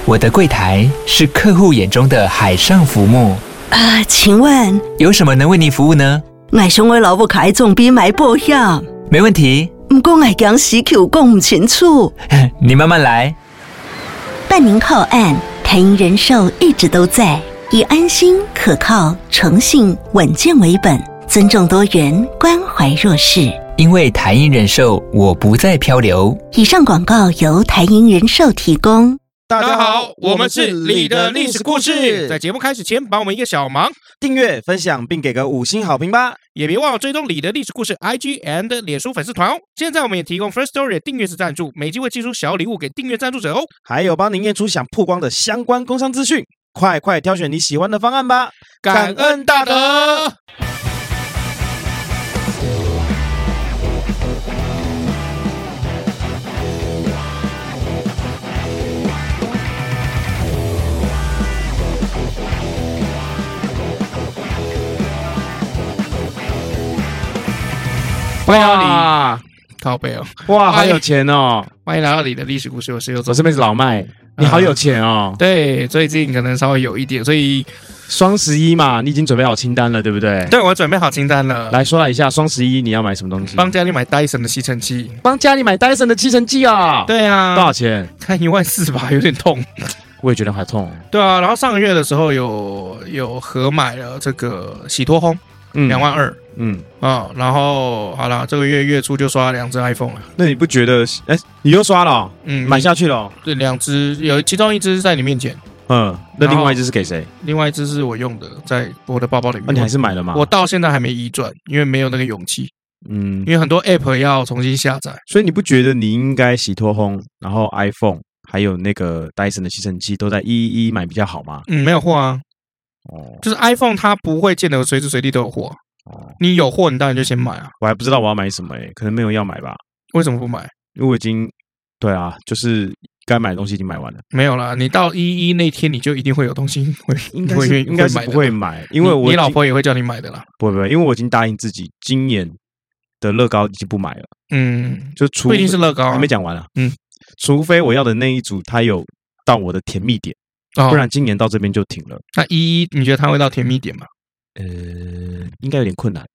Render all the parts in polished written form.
我的柜台是客户眼中的海上浮木。 请问有什么能为您服务呢？ 我想我老母开总比买保险， 没问题。 不过我讲死口讲不清楚。 你慢慢来。 办您靠岸，台银人寿一直都在，以安心、可靠、诚信、稳健为本，尊重多元，关怀弱势。 因为台银人寿，我不再漂流。 以上广告由台银人寿提供。 大家好，我们是你的历史故事。在节目开始前，帮我们一个小忙， 订阅、分享并给个5星好评吧！ 也别忘了追踪你的历史故事 IG and 脸书粉丝团哦。现在我们也提供 First Story 的订阅式赞助，每集会寄出小礼物给订阅赞助者哦。 还有帮您念出想曝光的相关工商资讯，快挑选你喜欢的方案吧！ 感恩大德。欢迎来到你靠背哦， 哇，好有钱哦！ 欢迎来到你的历史故事，我是我这边是老麦，你好有钱哦。 对，最近可能稍微有一点，所以双11嘛，你已经准备好清单了，对不对？ 对，我准备好清单了。 来说一下双11你要买什么东西？ 帮家里买 Dyson 的吸尘器， 帮家里买 Dyson 的吸尘器啊？ 对啊， 多少钱？ 看14000吧，有点痛。 我也觉得还痛。 对啊，然后上个月的时候有合买了这个洗脱烘，22000。然后好了，这个月初就刷2只 iPhone 了。 那你不觉得？你又刷了哦？买下去了哦？ 对，2只，有其中1只是在你面前。 那另外1只是给谁？ 另外1只是我用的，在我的包包里面。 你还是买了吗？ 我到现在还没移转，因为没有那个勇气。因为很多 App 要重新下载。 所以你不觉得你应该洗脱烘，然后 iPhone 还有那个 Dyson 的吸尘器都在111买比较好吗？ 没有货啊。就是 iPhone 它不会见得随时随地都有货。你有货，你当然就先买啊！ 我还不知道我要买什么可能没有要买吧？ 为什么不买？ 因为我已经对啊，就是该买的东西已经买完了。 没有啦，你到111那天，你就一定会有东西应该是不会买，因为你老婆也会叫你买的啦。 不会，因为我已经答应自己，今年的乐高已经不买了。就不一定是乐高， 还没讲完啊。除非我要的那一组它有到我的甜蜜点，不然今年到这边就停了。 那111你觉得它会到甜蜜点吗？ 应该有点困难。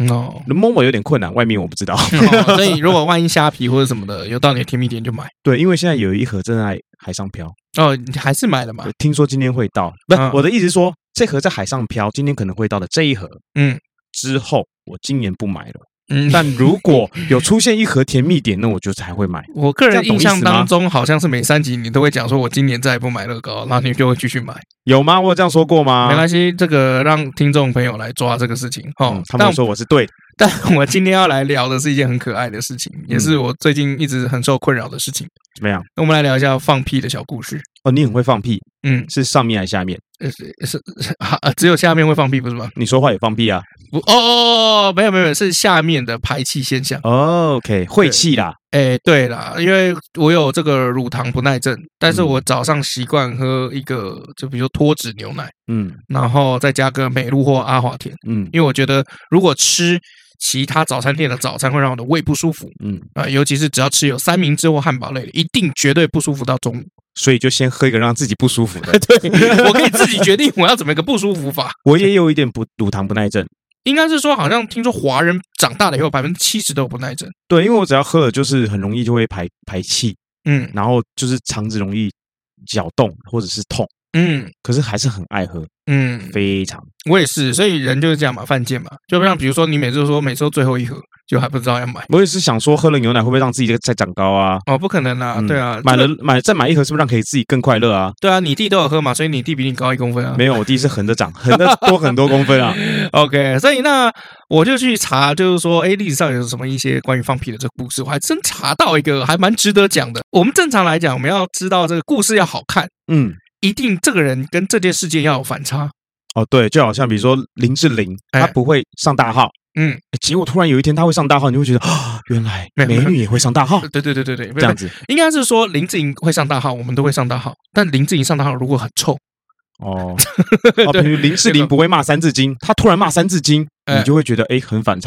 Momo 有点困难，外面我不知道。 所以如果万一虾皮或者什么的有到你的甜蜜点就买。 对，因为现在有一盒正在海上漂。 你还是买了嘛？ 听说今天会到，不是我的意思是说，这盒在海上漂，今天可能会到的这一盒。之后我今年不买了。但如果有出现一盒甜蜜点，那我就才会买。 我个人印象当中，好像是每3集你都会讲说，我今年再也不买乐高，然后你就会继续买。 有吗？我有这样说过吗？ 没关系，这个让听众朋友来抓这个事情。 他们说我是对的。 但我今天要来聊的是一件很可爱的事情，也是我最近一直很受困扰的事情。 怎么样？ 我们来聊一下放屁的小故事。 你很会放屁。是上面还是下面？ 只有下面会放屁不是吗？ 你说话也放屁啊？ 没有，是下面的排气现象。 OK， 晦气啦。 对啦，因为我有这个乳糖不耐症，但是我早上习惯喝一个，就比如说脱脂牛奶，然后再加个美露或阿华田，因为我觉得如果吃其他早餐店的早餐会让我的胃不舒服，尤其是只要吃有三明治或汉堡类的，一定绝对不舒服到中午。 所以就先喝一个让自己不舒服的。 对，我可以自己决定我要怎么一个不舒服法。 我也有一点乳糖不耐症。 应该是说，好像听说华人长大了以后70%都有不耐症。 对，因为我只要喝了，就是很容易就会排气，然后就是肠子容易搅动或者是痛，可是还是很爱喝，非常。 我也是，所以人就是这样嘛，犯贱嘛。就像比如说，你每次都最后一盒，就还不知道要买。 我也是想说，喝了牛奶会不会让自己再长高啊？ 不可能啊，对啊， 再买一盒，是不是让可以自己更快乐啊？ 对啊，你弟都有喝嘛，所以你弟比你高1公分啊。 没有，我弟是横着长，横着多很多公分啊。 OK， 所以那我就去查，就是说，历史上有什么一些关于放屁的这个故事，我还真查到一个还蛮值得讲的。我们正常来讲，我们要知道这个故事要好看，一定这个人跟这件事件要有反差。 对，就好像比如说林志玲，她不会上大号，结果突然有一天她会上大号，你会觉得原来美女也会上大号。 对， 这样子应该是说林志颖会上大号，我们都会上大号，但林志颖上大号如果很臭， 比如林志玲不会骂三字经，她突然骂三字经，你就会觉得很反差。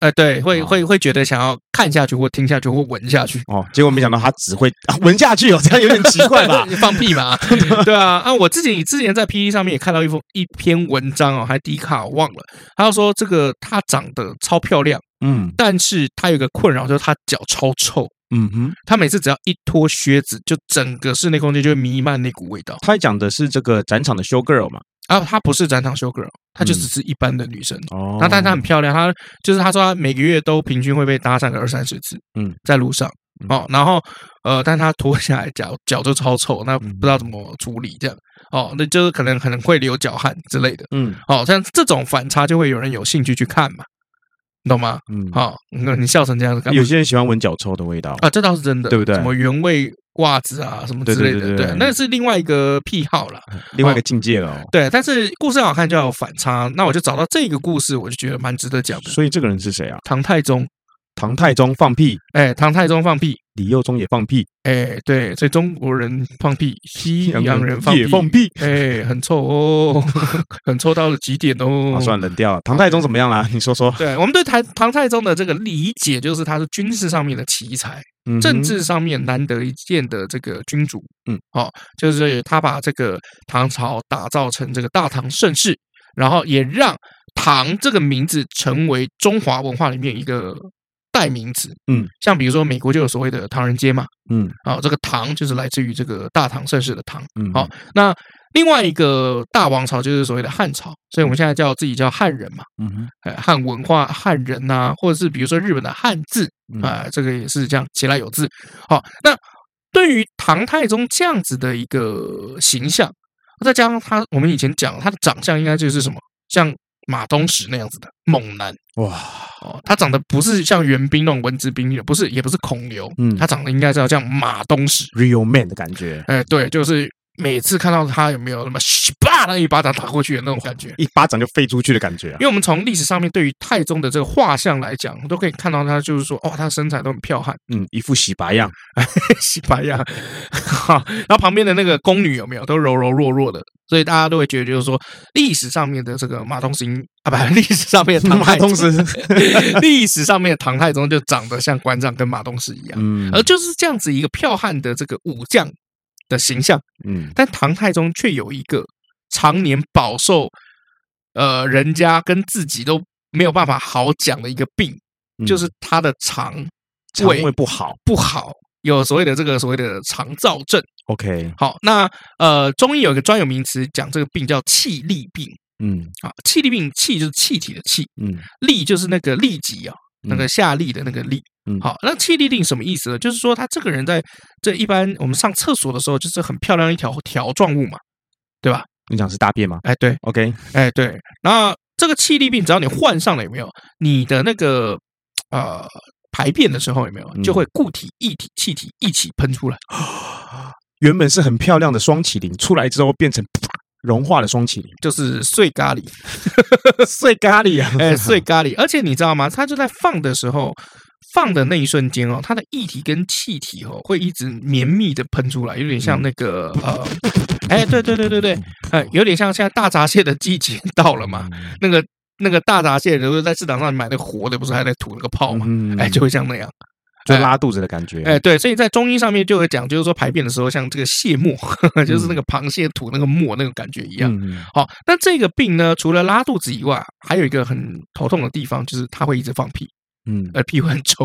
对，会觉得想要看下去或听下去或闻下去哦。结果没想到他只会闻下去哦，这样有点奇怪吧？ 放屁嘛，对啊。我之前在 PTT 上面也看到一篇文章哦，还迪卡我忘了，他说这个他长得超漂亮，但是他有个困扰，就是他脚超臭。他每次只要一脱靴子，就整个室内空间就会弥漫那股味道。 他讲的是这个展场的 show girl 嘛？ 她不是展场 show girl， 她就只是一般的女生。但她很漂亮，她说她每个月都平均会被搭讪个20-30次。在路上然后但她脱下来脚就超臭，那不知道怎么处理这样。那就是可能会流脚汗之类的。像这种反差就会有人有兴趣去看嘛。你懂吗？你笑成这样子干嘛？ 有些人喜欢闻脚臭的味道这倒是真的， 对不对？ 什么原味袜子啊，什么之类的，对，那是另外一个癖好啦， 另外一个境界了。 对，但是故事好看就要有反差，那我就找到这个故事，我就觉得蛮值得讲的。 所以这个人是谁啊？ 唐太宗。 唐太宗放屁， 唐太宗放屁， 李幼宗也放屁， 对，所以中国人放屁，西洋人也放屁， 很臭哦，很臭到了极点哦。 算了，冷掉了。唐太宗怎么样啦？你说说。 对，我们对唐太宗的这个理解，就是他是军事上面的奇才，政治上面难得一见的这个君主。就是他把这个唐朝打造成这个大唐盛世，然后也让唐这个名字成为中华文化里面一个代名词。像比如说美国就有所谓的唐人街嘛。这个唐就是来自于这个大唐盛世的唐。那另外一个大王朝就是所谓的汉朝，所以我们现在自己叫汉人嘛。汉文化、汉人啊，或者是比如说日本的汉字这个也是这样其来有字。那对于唐太宗这样子的一个形象，再加上我们以前讲他的长相应该就是什么，像马东石那样子的猛男。哇！他长得不是像袁彬那种文质彬彬的，不是，也不是孔刘。他长得应该是要像马东石 ，real man 的感觉。 对，就是每次看到他有没有那么啪那一巴掌打过去的那种感觉， 一巴掌就飞出去的感觉。 因为我们从历史上面对于太宗的这个画像来讲，都可以看到他就是说，他身材都很彪悍， 一副洗白样， 洗白样。然后旁边的那个宫女有没有都柔柔弱弱的，所以大家都会觉得就是说，历史上面的这个马东石历史上面的唐太宗历史上面的唐太宗就长得像馆长跟马东石一样，而就是这样子一个剽悍的这个武将的形象。但唐太宗却有一个常年饱受人家跟自己都没有办法好讲的一个病，就是他的肠胃不好， 有所谓的肠燥症。 OK， 好，那中医有一个专有名词讲这个病叫气痢病。气痢病，气就是气体的气，痢就是那个痢疾啊，那个下痢的那个痢。好，那气痢病什么意思呢？就是说他这个人在这一般我们上厕所的时候，就是很漂亮一条条状物嘛，对吧？ 你讲是大便吗？ 对 ，OK， 对。那这个气痢病，只要你患上了，有没有你的那个排便的时候有没有就会固体、液体、气体一起喷出来？ 原本是很漂亮的双麒麟，出来之后变成融化的双麒麟， 就是碎咖喱， 碎咖喱啊！ 碎咖喱。而且你知道吗？它就在放的时候，放的那一瞬间它的液体跟气体会一直绵密的喷出来，有点像那个对，有点像现在大闸蟹的季节到了嘛，那个大闸蟹，如果在市场上买那个活的，不是还在吐那个泡嘛？就会像那样。 就拉肚子的感觉。 对，所以在中医上面就会讲，就是说排便的时候像这个蟹沫，就是那个螃蟹吐那个沫那个感觉一样。好，但这个病呢，除了拉肚子以外，还有一个很头痛的地方，就是它会一直放屁，而屁会很臭。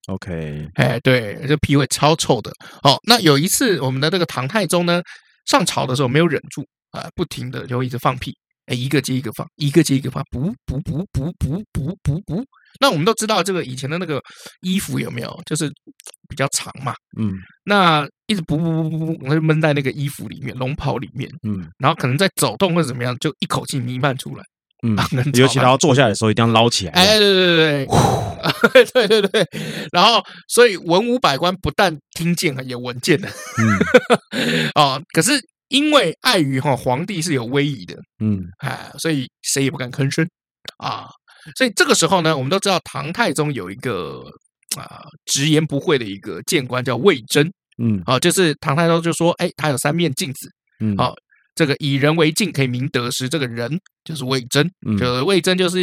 OK， 对，这屁会超臭的。那有一次我们的这个唐太宗呢上朝的时候没有忍住不停的就一直放屁，一个接一个放，一个接一个放，补。那我们都知道这个以前的那个衣服有没有，就是比较长嘛，那一直补，就闷在那个衣服里面，龙袍里面，然后可能在走动或者怎么样，就一口气弥漫出来， 尤其他要坐下来的时候一定要捞起来， 对，然后所以文武百官不但听见也闻见了，可是因为碍于皇帝是有威仪的，所以谁也不敢吭声啊。所以这个时候呢，我们都知道唐太宗有一个直言不讳的一个谏官叫魏征，就是唐太宗就说，他有3面镜子，这个以人为镜可以明得失，这个人就是魏征，就是魏征就是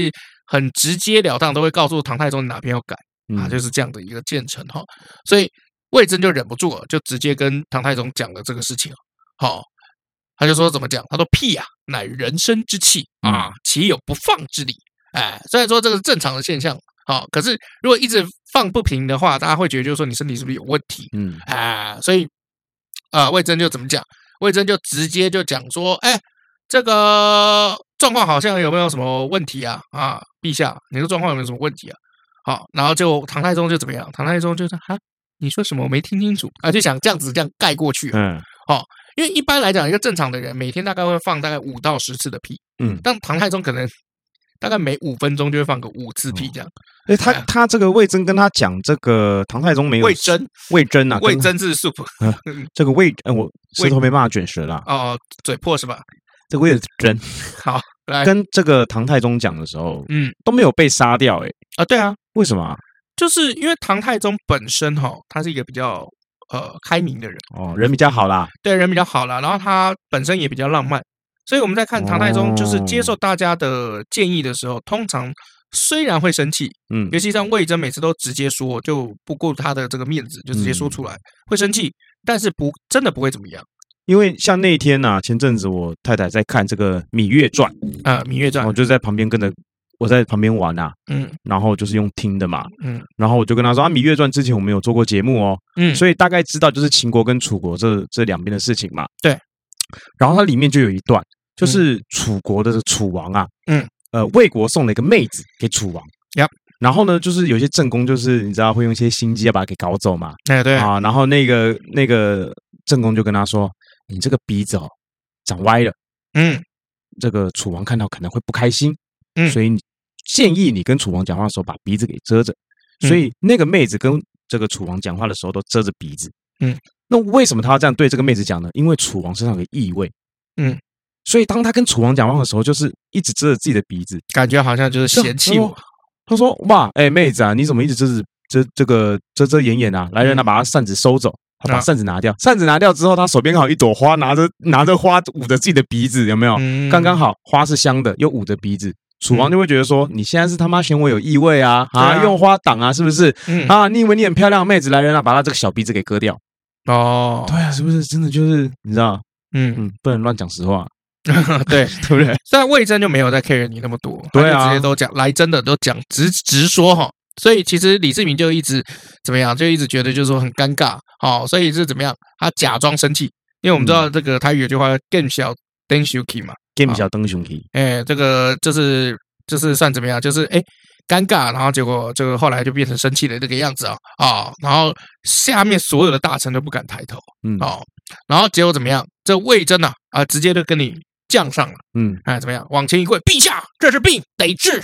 很直截了当都会告诉唐太宗哪边要改啊，就是这样的一个谏臣哈。所以魏征就忍不住了，就直接跟唐太宗讲了这个事情。好，他就说怎么讲？他说屁啊，乃人生之气啊，岂有不放之理？哎，虽然说这个是正常的现象，好，可是如果一直放不平的话，大家会觉得就是说你身体是不是有问题？所以魏征就怎么讲？魏征就直接就讲说，哎，这个状况好像有没有什么问题啊？啊，陛下，你的状况有没有什么问题啊？好，然后就唐太宗就怎么样？唐太宗就说哈，你说什么我没听清楚啊？就想这样盖过去。好，因为一般来讲，一个正常的人每天大概会放大概5到10次的屁。但唐太宗可能大概每5分钟就会放个5次屁这样。 他这个魏征跟他讲这个唐太宗没有魏征啊，魏征是 soup。 这个我舌头没办法卷舌啦。 哦，嘴破是吧？ 这个魏征好，来跟这个唐太宗讲的时候，都没有被杀掉。 对啊， 为什么？ 就是因为唐太宗本身他是一个比较开明的人人比较好啦， 对，人比较好啦，然后他本身也比较浪漫，所以我们在看唐太宗就是接受大家的建议的时候，通常虽然会生气，尤其像魏征每次都直接说，就不顾他的这个面子，就直接说出来，会生气，但是真的不会怎么样。 因为像那一天前阵子我太太在看这个《芈月传》 《芈月传》， 我就在旁边我在旁边玩然后就是用听的嘛，然后我就跟他说《芈月传》之前我们有做过节目所以大概知道就是秦国跟楚国这两边的事情嘛， 对。 然后它里面就有一段，就是楚国的楚王魏国送了一个妹子给楚王，然后呢，就是有些正宫就是你知道会用一些心机要把他给搞走嘛， 对然后那个正宫就跟他说，你这个鼻子长歪了，这个楚王看到可能会不开心，所以建议你跟楚王讲话的时候把鼻子给遮着，所以那个妹子跟这个楚王讲话的时候都遮着鼻子，那为什么他要这样对这个妹子讲呢？因为楚王身上有异味，所以当他跟楚王讲话的时候，就是一直遮着自己的鼻子， 感觉好像就是嫌弃我。 他说：“哇，妹子啊，你怎么一直遮掩掩啊？来人啊，把他扇子收走。”他把扇子拿掉，扇子拿掉之后，他手边刚好一朵花，拿着花捂着自己的鼻子，有没有？刚刚好，花是香的，又捂着鼻子。楚王就会觉得说：“你现在是他妈嫌我有异味啊？用花挡啊，是不是？你以为你很漂亮，妹子来人啊，把他这个小鼻子给割掉。”对啊，是不是真的就是你知道？不能乱讲实话。 对不对？虽然魏征就没有在 care 你那么多，对啊，直接都讲来真的都讲直说所以其实李世民就一直怎么样，就一直觉得就是说很尴尬，所以是怎么样？他假装生气，因为我们知道这个台语有句话叫 “game 小灯熊气”嘛，“game 小灯熊气”。这个就是算怎么样？就是尴尬，然后结果这个后来就变成生气的这个样子然后下面所有的大臣都不敢抬头，然后结果怎么样？这魏征直接就跟你降上了，怎么样？往前一跪，陛下，这是病，得治。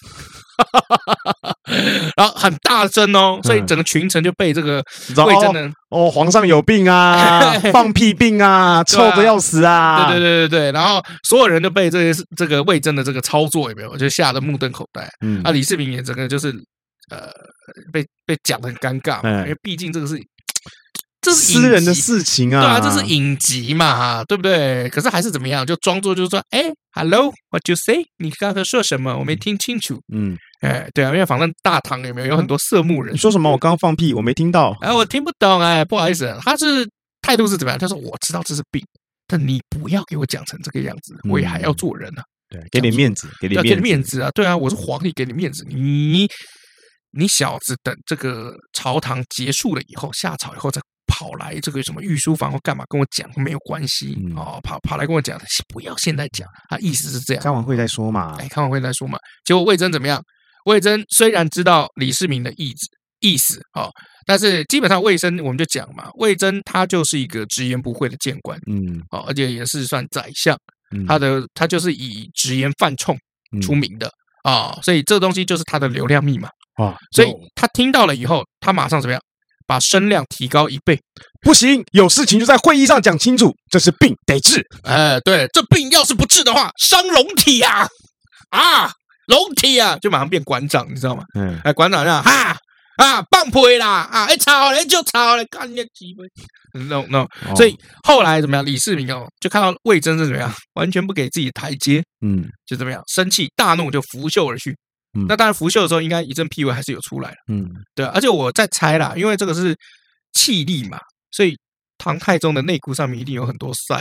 然后很大声所以整个群臣就被这个魏征的皇上有病啊，放屁病啊，臭得要死啊！ 对，然后所有人都被这个魏征的这个操作有没有就吓得目瞪口呆？李世民也整个就是被讲得很尴尬嘛，因为毕竟这是私人的事情啊， 对啊，这是影集嘛，对不对？可是还是怎么样，就装作就是说，Hello，what you say？ 你刚才说什么？我没听清楚。对啊，因为反正大唐有很多色目人， 你说什么？我刚刚放屁，我没听到。 我听不懂，不好意思。他是态度是怎么样？他说我知道这是病，但你不要给我讲成这个样子，我也还要做人啊。 对，给点面子，给点面子啊！对啊，我是皇帝，给你面子，你小子等这个朝堂结束了以后，下朝以后再跑来这个什么御书房或干嘛跟我讲没有关系跑来跟我讲，不要现在讲，意思是这样， 开完会再说嘛。 开完会再说嘛。结果魏征怎么样？魏征虽然知道李世民的意思但是基本上魏征我们就讲嘛，魏征他就是一个直言不讳的谏官，而且也是算宰相，他就是以直言犯冲出名的所以这东西就是他的流量密码所以他听到了以后，他马上怎么样？把声量提高1倍， 不行，有事情就在会议上讲清楚，这是病得治。 对，这病要是不治的话，伤龙体啊，龙体啊，就马上变馆长，你知道吗？馆长这样放屁啦吵了就吵了，干你鸡巴 ！No， 所以后来怎么样？李世民就看到魏征是怎么样，完全不给自己台阶，就怎么样，生气大怒就拂袖而去那当然拂袖的时候，应该一阵屁味还是有出来的。对，而且我在猜啦，因为这个是气力嘛，所以唐太宗的内裤上面一定有很多塞。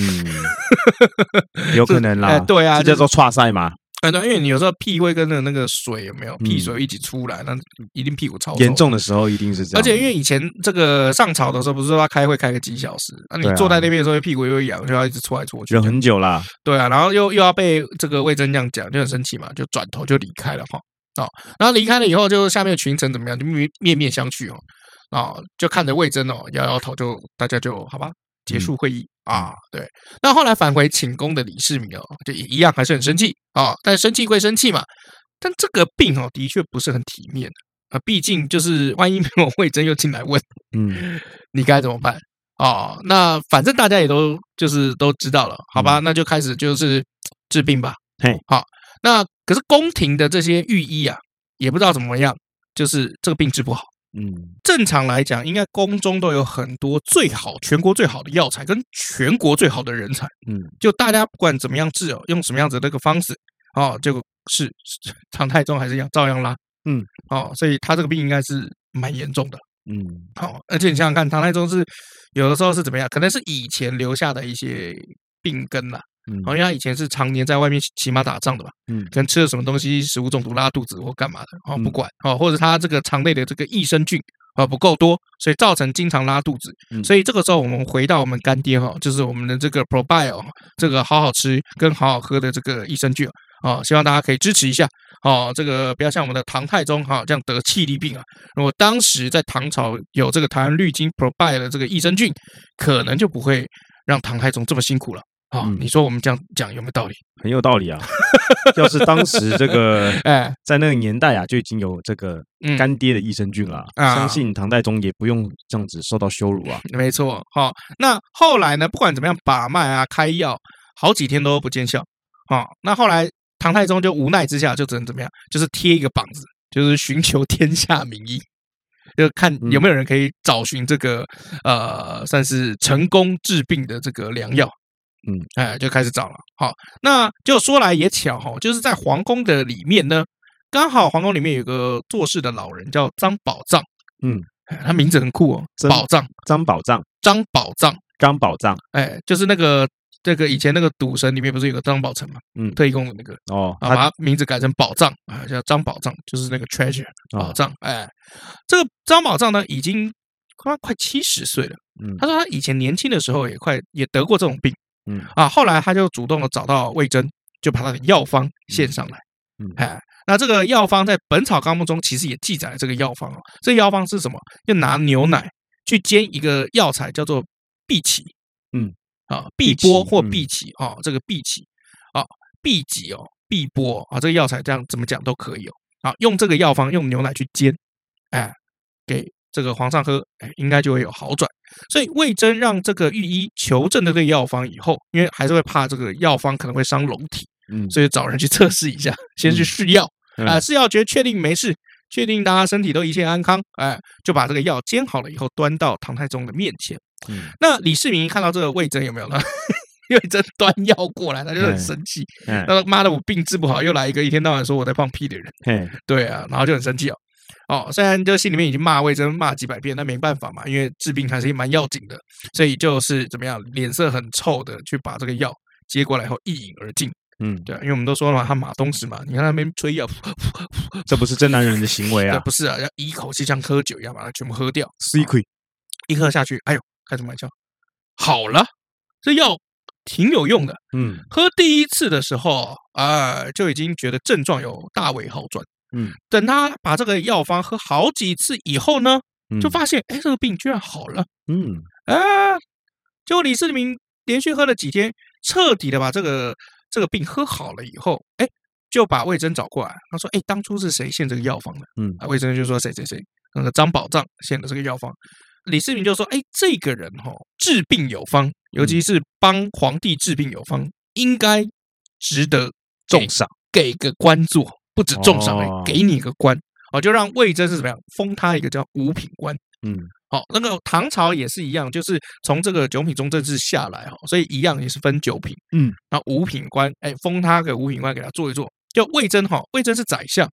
有可能啦。 对啊， 这叫做剉塞嘛。 对，因为你有时候屁会跟那个水有没有屁水一起出来，那一定屁股超臭。 严重的时候一定是这样。 而且因为以前这个上朝的时候，不是说要开会开个几小时，你坐在那边的时候屁股又痒，就要一直搓来搓去， 忍很久啦。 对啊，然后又要被这个魏征这样讲，就很生气嘛，就转头就离开了哈。然后离开了以后，就下面的群臣怎么样，就面面相觑就看着魏征摇摇头，就大家就好吧。结束会议对。那后来返回寝宫的李世民就一样还是很生气但生气归生气嘛，但这个病的确不是很体面毕竟就是万一没有魏征又进来问，你该怎么办那反正大家也都知道了，好吧，那就开始就是治病吧。好，那可是宫廷的这些御医也不知道怎么样，就是这个病治不好。正常来讲，应该宫中都有很多全国最好的药材跟全国最好的人才。就大家不管怎么样治用什么样子的那个方式就是唐太宗还是一样照样拉。所以他这个病应该是蛮严重的。而且你想想看，唐太宗是有的时候是怎么样，可能是以前留下的一些病根啦。因为他以前是常年在外面骑马打仗的嘛，可能吃了什么东西食物中毒拉肚子或干嘛的不管或者他这个肠内的这个益生菌不够多，所以造成经常拉肚子。所以这个时候我们回到我们干爹就是我们的这个 ProBio 这个好好吃跟好好喝的这个益生菌希望大家可以支持一下这个不要像我们的唐太宗这样得气力病如果当时在唐朝有这个台湾绿金 ProBio 的这个益生菌，可能就不会让唐太宗这么辛苦了。你说我们这样讲有没有道理？ 很有道理啊！要是当时这个在那个年代就已经有这个干爹的益生菌了，相信唐太宗也不用这样子受到羞辱啊。 没错，那后来呢？不管怎么样把脉开药，好几天都不见效那后来唐太宗就无奈之下，就只能怎么样？就是贴一个榜子，就是寻求天下名医，就看有没有人可以找寻这个算是成功治病的这个良药。就开始找了。好，那就说来也巧就是在皇宫的里面呢，刚好皇宫里面有个做事的老人叫张宝藏。他名字很酷宝藏， 张宝藏， 张宝藏， 张宝藏， 就是那个这个以前那个赌神里面不是有个张宝成嘛？特异功能那个把他名字改成宝藏叫张宝藏，就是那个 treasure 宝藏。这个张宝藏呢，已经快70岁了。他说他以前年轻的时候也得过这种病。后来他就主动的找到魏征，就把他的药方献上来。那这个药方在《本草纲目》中其实也记载了这个药方这药方是什么？就拿牛奶去煎一个药材，叫做荸荠。碧波或荸荠这个荸荠荸荠碧波这个药材这样怎么讲都可以用这个药方用牛奶去煎，给这个皇上喝，应该就会有好转。所以魏征让这个御医求证的这个药方以后，因为还是会怕这个药方可能会伤龙体，所以找人去测试一下，先去试药试药觉得确定没事，确定大家身体都一切安康，就把这个药煎好了以后端到唐太宗的面前。那李世民看到这个魏征有没有呢？魏征端药过来，他就很生气，他说妈的，我病治不好，又来一个一天到晚说我在放屁的人。对啊，然后就很生气虽然就心里面已经骂魏征骂几百遍，但没办法嘛，因为治病还是蛮要紧的，所以就是怎么样，脸色很臭的去把这个药接过来后一饮而尽。对，因为我们都说了嘛，他马东石嘛，你看他那边吹药， 这不是真男人的行为啊！ 不是要一口气像喝酒一样把它全部喝掉，一喝下去，哎呦，开什么玩笑？好了，这药挺有用的。喝第一次的时候就已经觉得症状有大为好转。等他把这个药方喝好几次以后呢，就发现这个病居然好了。结果李世民连续喝了几天，彻底的把这个病喝好了以后，就把魏征找过来，他说当初是谁献这个药方的？魏征就说谁，那个张宝藏献的这个药方。李世民就说这个人治病有方，尤其是帮皇帝治病有方，应该值得重赏，给个官做。不止重赏给你一个官就让魏征是怎么样封他一个叫五品官。那个唐朝也是一样，就是从这个9品中正制下来所以一样也是分9品。然后五品官封他个五品官给他做一做。就魏征是宰相，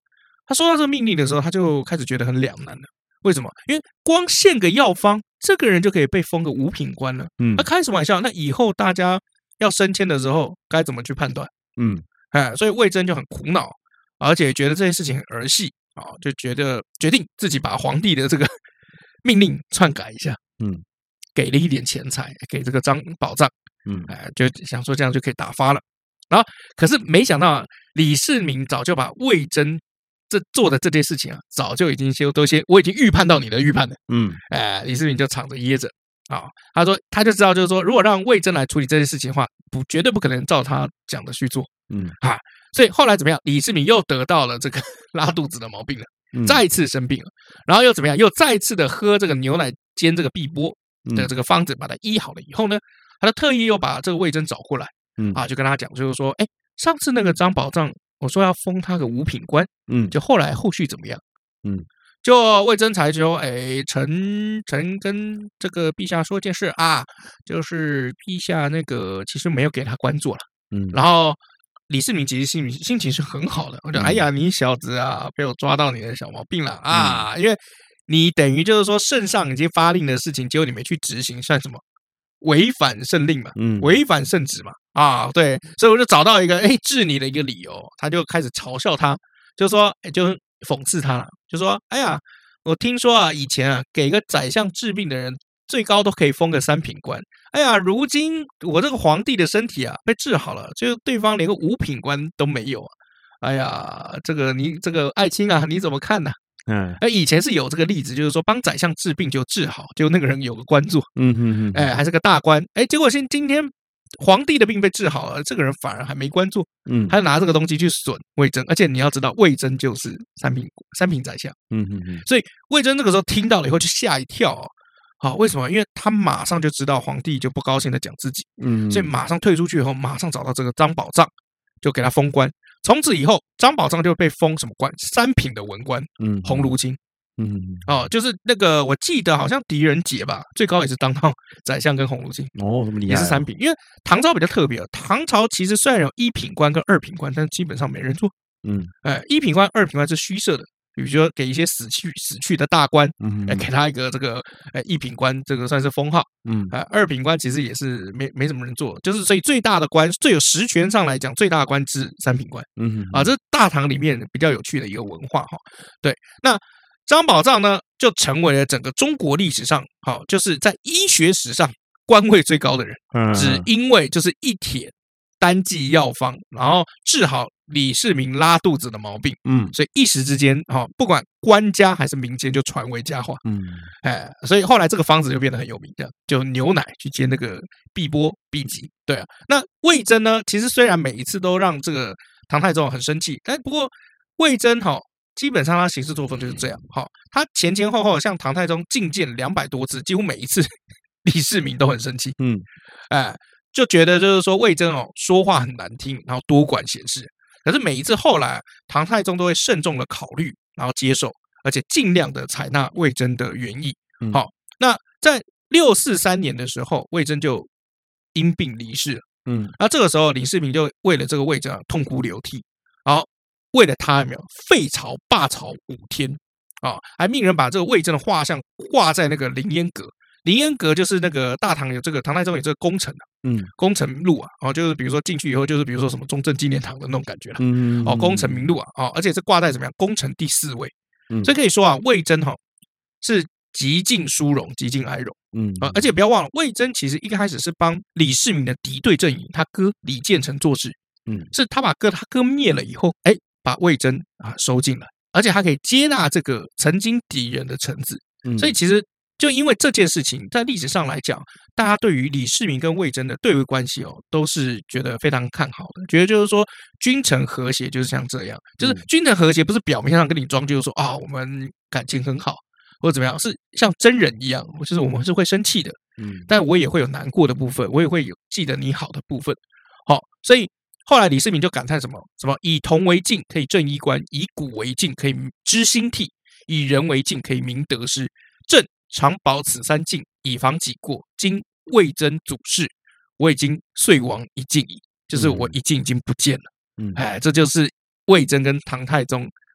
他收到这个命令的时候，他就开始觉得很两难了。为什么？因为光献个药方，这个人就可以被封个五品官了。那开什么玩笑？那以后大家要升迁的时候，该怎么去判断？所以魏征就很苦恼，而且觉得这件事情很儿戏啊，就决定自己把皇帝的这个命令篡改一下。给了一点钱财给这个张宝藏。就想说这样就可以打发了。然后，可是没想到啊，李世民早就把魏征做的这件事情啊，早就已经我已经预判到你的预判了。李世民就藏着掖着啊，他就知道，就是说，如果让魏征来处理这件事情的话，绝对不可能照他讲的去做。所以后来怎么样？李世民又得到了这个拉肚子的毛病了，再次生病了，然后又怎么样？又再次的喝这个牛奶煎这个碧波的这个方子，把它医好了以后呢，他就特意又把这个魏征找过来。就跟他讲，就是说，上次那个张宝藏，我说要封他个五品官，就后续怎么样？就魏征才说，臣跟这个陛下说一件事啊，就是陛下那个其实没有给他官做了。然后李世民其实心情是很好的，我就哎呀，你小子啊，被我抓到你的小毛病了啊，因为你等于就是说圣上已经发令的事情，结果你没去执行，算什么？违反圣令嘛，违反圣旨嘛，对，所以我就找到一个治你的一个理由，他就开始嘲笑他，就说就讽刺他了，就说哎呀，我听说啊，以前啊给个宰相治病的人最高都可以封个3品官，哎呀，如今我这个皇帝的身体啊被治好了，就对方连个5品官都没有啊，哎呀，你这个爱卿啊，你怎么看呢？以前是有这个例子，就是说帮宰相治病就治好，就那个人有个官做，还是个大官，结果今天皇帝的病被治好了，这个人反而还没官做，他就拿这个东西去损魏征，而且你要知道，魏征就是三品宰相，所以魏征这个时候听到了以后就吓一跳为什么？因为他马上就知道皇帝就不高兴的讲自己，所以马上退出去以后，马上找到这个张宝藏，就给他封官。从此以后，张宝藏就被封什么官？3品的文官，鸿胪卿。就是那个我记得好像狄仁杰吧，最高也是当到宰相跟鸿胪卿。 这么厉害， 也是3品。因为唐朝比较特别，唐朝其实虽然有1品官跟2品官，但是基本上没人做。1品官、2品官是虚设的。比如说给一些死去的大官，给他一个这个1品官，这个算是封号。2品官其实也是没什么人做，就是所以最大的官，最有实权上来讲，最大的官是3品官。这是大唐里面比较有趣的一个文化哈。对，那张宝藏呢，就成为了整个中国历史上，就是在医学史上官位最高的人，只因为就是一帖单剂药方，然后治好李世民拉肚子的毛病，所以一时之间，不管官家还是民间就传为佳话，所以后来这个方子就变得很有名，这样就牛奶去煎那个碧波避疾，对啊。那魏征呢，其实虽然每一次都让这个唐太宗很生气，但不过魏征基本上他行事作风就是这样，他前后向唐太宗进谏200多次，几乎每一次李世民都很生气，就觉得就是说魏征说话很难听，然后多管闲事。可是每一次后来，唐太宗都会慎重的考虑，然后接受，而且尽量的采纳魏征的原意。那在643年的时候，魏征就因病离世了。那这个时候，李世民就为了这个魏征痛哭流涕，然后为了他有没有废朝罢朝5天还命人把这个魏征的画像挂在那个凌烟阁。凌烟阁就是那个大唐有这个唐太宗有这个功臣功臣录啊，就是比如说进去以后，就是比如说什么中正纪念堂的那种感觉了，功臣名录而且是挂在怎么样功臣第4位，所以可以说魏征是极尽殊荣，极尽哀荣，而且不要忘了，魏征其实一开始是帮李世民的敌对阵营他哥李建成做事，是他把他哥灭了以后，把魏征收进来，而且他可以接纳这个曾经敌人的臣子，所以其实。就因为这件事情，在历史上来讲，大家对于李世民跟魏征的对位关系都是觉得非常看好的，觉得就是说君臣和谐就是像这样，就是君臣和谐不是表面上跟你装，就是说我们感情很好或者怎么样，是像真人一样，就是我们是会生气的，但我也会有难过的部分，我也会有记得你好的部分，所以后来李世民就感叹什么以铜为镜可以正衣冠，以古为镜可以知兴替，以人为镜可以明得失，朕常保此3镜，以防己过。今魏征祖事，我已经遂亡一镜矣，就是我一镜已经不见了。这就是魏征跟唐太宗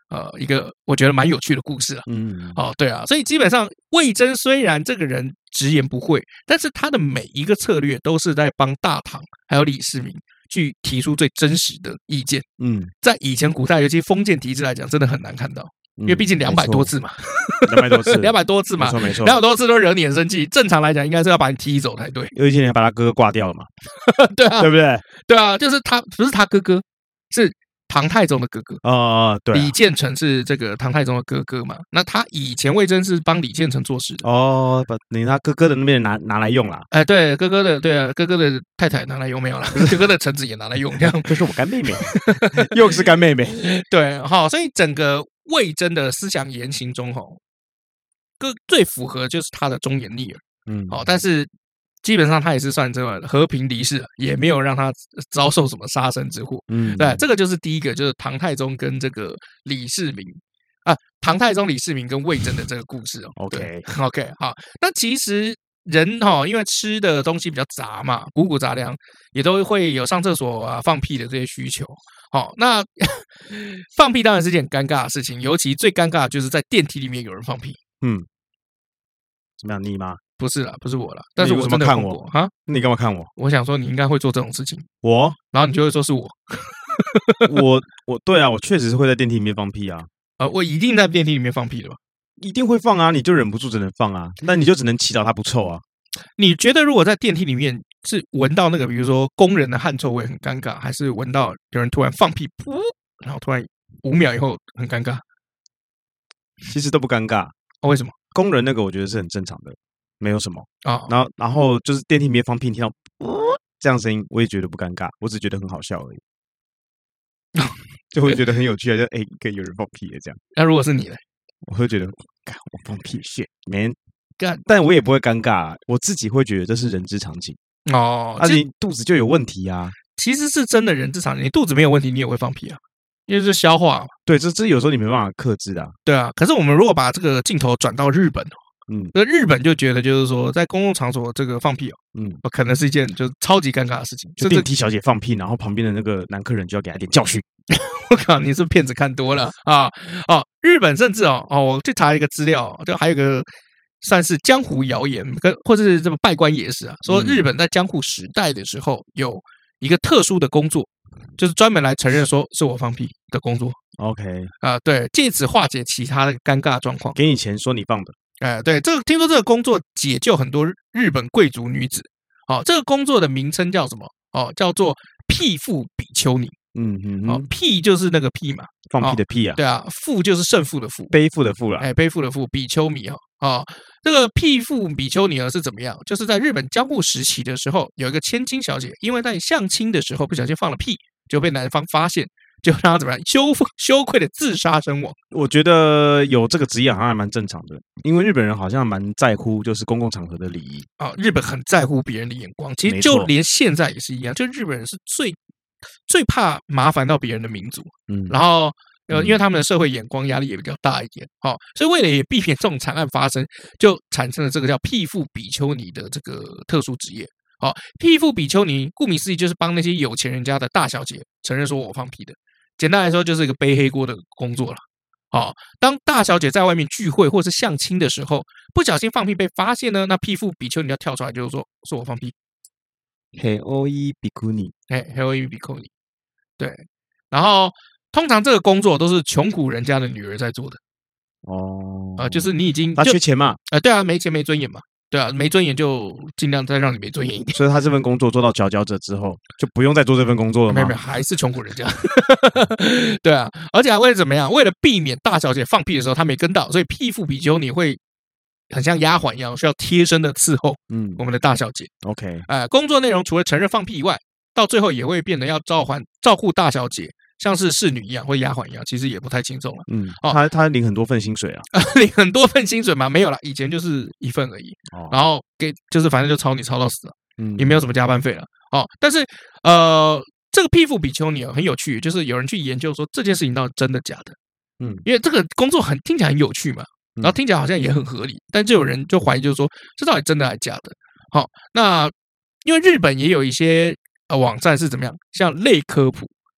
一个我觉得蛮有趣的故事啊。对啊，所以基本上魏征虽然这个人直言不讳，但是他的每一个策略都是在帮大唐还有李世民去提出最真实的意见。在以前古代，尤其封建体制来讲，真的很难看到。因为毕竟200多字嘛 ，200多字 ，200多字嘛， 没错 ，200多字都惹你很生气。正常来讲，应该是要把你踢走才对。 有一些人把他哥哥挂掉了嘛， 对啊， 对不对？ 对啊，就是他不是他哥哥，是唐太宗的哥哥。 对， 李建成是这个唐太宗的哥哥嘛。那他以前魏征是帮李建成做事的。 把他哥哥的那边拿来用啦。 对，哥哥的太太拿来用没有啦，哥哥的臣子也拿来用，这样。 这是我干妹妹，又是干妹妹。 对，所以整个魏征的思想言行中，最符合就是他的忠言逆耳。但是基本上他也是算这个和平离世，也没有让他遭受什么杀身之祸。对，这个就是第一个，就是唐太宗跟这个李世民唐太宗、李世民跟魏征的这个故事。OK， 好，那其实人因为吃的东西比较杂嘛，五谷杂粮也都会有上厕所啊、放屁的这些需求。那放屁当然是件很尴尬的事情，尤其最尴尬的就是在电梯里面有人放屁。 怎么样？你吗？ 不是啦，不是我啦，但是我真的看我啊！你干嘛看我？ 我想说你应该会做这种事情。 我， 然后你就会说是我。 我对啊，我确实是会在电梯里面放屁啊。 我一定在电梯里面放屁的吧？ 一定会放啊！你就忍不住只能放啊，那你就只能祈祷它不臭啊。 你觉得如果在电梯里面是闻到那个，比如说工人的汗臭味很尴尬，还是闻到有人突然放屁，噗，然后突然5秒以后很尴尬？ 其实都不尴尬。 为什么？ 工人那个我觉得是很正常的，没有什么啊。然后就是电梯里面放屁，听到这样声音，我也觉得不尴尬，我只觉得很好笑而已。就会觉得很有趣啊，就可以有人放屁的这样。 那如果是你呢？ 我会觉得，我放屁 shit man，但我也不会尴尬，我自己会觉得这是人之常情。你肚子就有问题啊。 其实是真的人之常情，你肚子没有问题，你也会放屁啊，因为是消化嘛。 对，这有时候你没办法克制的。 对啊，可是我们如果把这个镜头转到日本，那日本就觉得就是说，在公共场所这个放屁可能是一件就是超级尴尬的事情。 就电梯小姐放屁，然后旁边的那个男客人就要给他点教训。 我靠，你是骗子看多了啊！日本甚至我去查一个资料，就还有一个算是江湖谣言，或者是这么拜官野史啊，说日本在江户时代的时候有一个特殊的工作，就是专门来承认说是我放屁的工作。 OK 对，借此化解其他的尴尬状况， 给你钱说你放的。 对，听说这个工作解救很多日本贵族女子。这个工作的名称叫什么？叫做屁腹比丘尼。屁就是那个屁嘛， 放屁的屁啊。 对啊，负就是胜负的负， 背负的负啦。 背负的负，比丘尼这个屁腹比丘尼是怎么样？就是在日本江户时期的时候，有一个千金小姐，因为在相亲的时候不小心放了屁，就被男方发现，就让她怎么样羞愧的自杀身亡。 我觉得有这个职业好像还蛮正常的，因为日本人好像蛮在乎就是公共场合的礼仪日本很在乎别人的眼光，其实就连现在也是一样，就日本人是最怕麻烦到别人的民族。然后因为他们的社会眼光压力也比较大一点，所以为了也避免这种惨案发生，就产生了这个叫屁腹比丘尼的这个特殊职业。屁腹比丘尼顾名思义就是帮那些有钱人家的大小姐承认说我放屁的，简单来说就是一个背黑锅的工作了。当大小姐在外面聚会或是相亲的时候，不小心放屁被发现呢，那屁腹比丘尼要跳出来就是说我放屁。 黑欧伊比库尼， 黑欧伊比库尼，对。然后通常这个工作都是穷苦人家的女儿在做的。就是你已经他缺钱嘛？ 对啊，没钱没尊严嘛。对啊，没尊严就尽量再让你没尊严一点。 所以他这份工作做到佼佼者之后，就不用再做这份工作了吗？ 没有，还是穷苦人家。对啊，而且还为了怎么样？为了避免大小姐放屁的时候他没跟到，所以屁腹比丘尼会很像丫鬟一样，需要贴身的伺候我们的大小姐。 OK， 工作内容除了承认放屁以外，到最后也会变得要照顾大小姐，像是侍女一样或丫鬟一样，其实也不太轻松了。 他领很多份薪水啊， 领很多份薪水嘛？没有啦，以前就是一份而已。然后就是反正就操你操到死了，也没有什么加班费了。但是这个屁腹比丘尼很有趣，就是有人去研究说这件事情到底真的假的。因为这个工作听起来很有趣嘛，然后听起来好像也很合理，但就有人就怀疑，就是说这到底真的还是假的？那因为日本也有一些网站是怎么样，像类科普，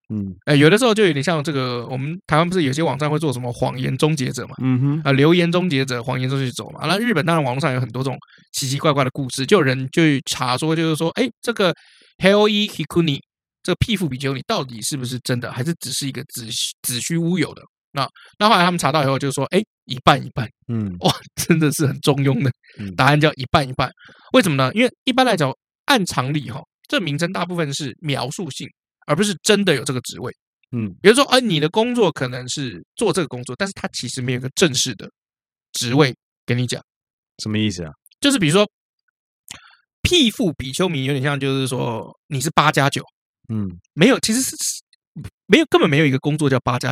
有的时候就有点像这个，我们台湾不是有些网站会做什么谎言终结者嘛，留言终结者、谎言终结者嘛。那日本当然网络上有很多这种奇奇怪怪的故事，就有人就查说，就是说，这个 Haoi Hikuni 这个屁富比丘尼到底是不是真的，还是只是一个子虚乌有的？那后来他们查到以后就说，一半一半，哇，真的是很中庸的，答案叫一半一半。为什么呢？因为一般来讲，按常理这名称大部分是描述性，而不是真的有这个职位。比如说，你的工作可能是做这个工作，但是它其实没有一个正式的职位给你讲。 什么意思啊？ 就是比如说，屁富比丘尼有点像，就是说你是8+9，没有，其实是没有，根本没有一个工作叫8+9。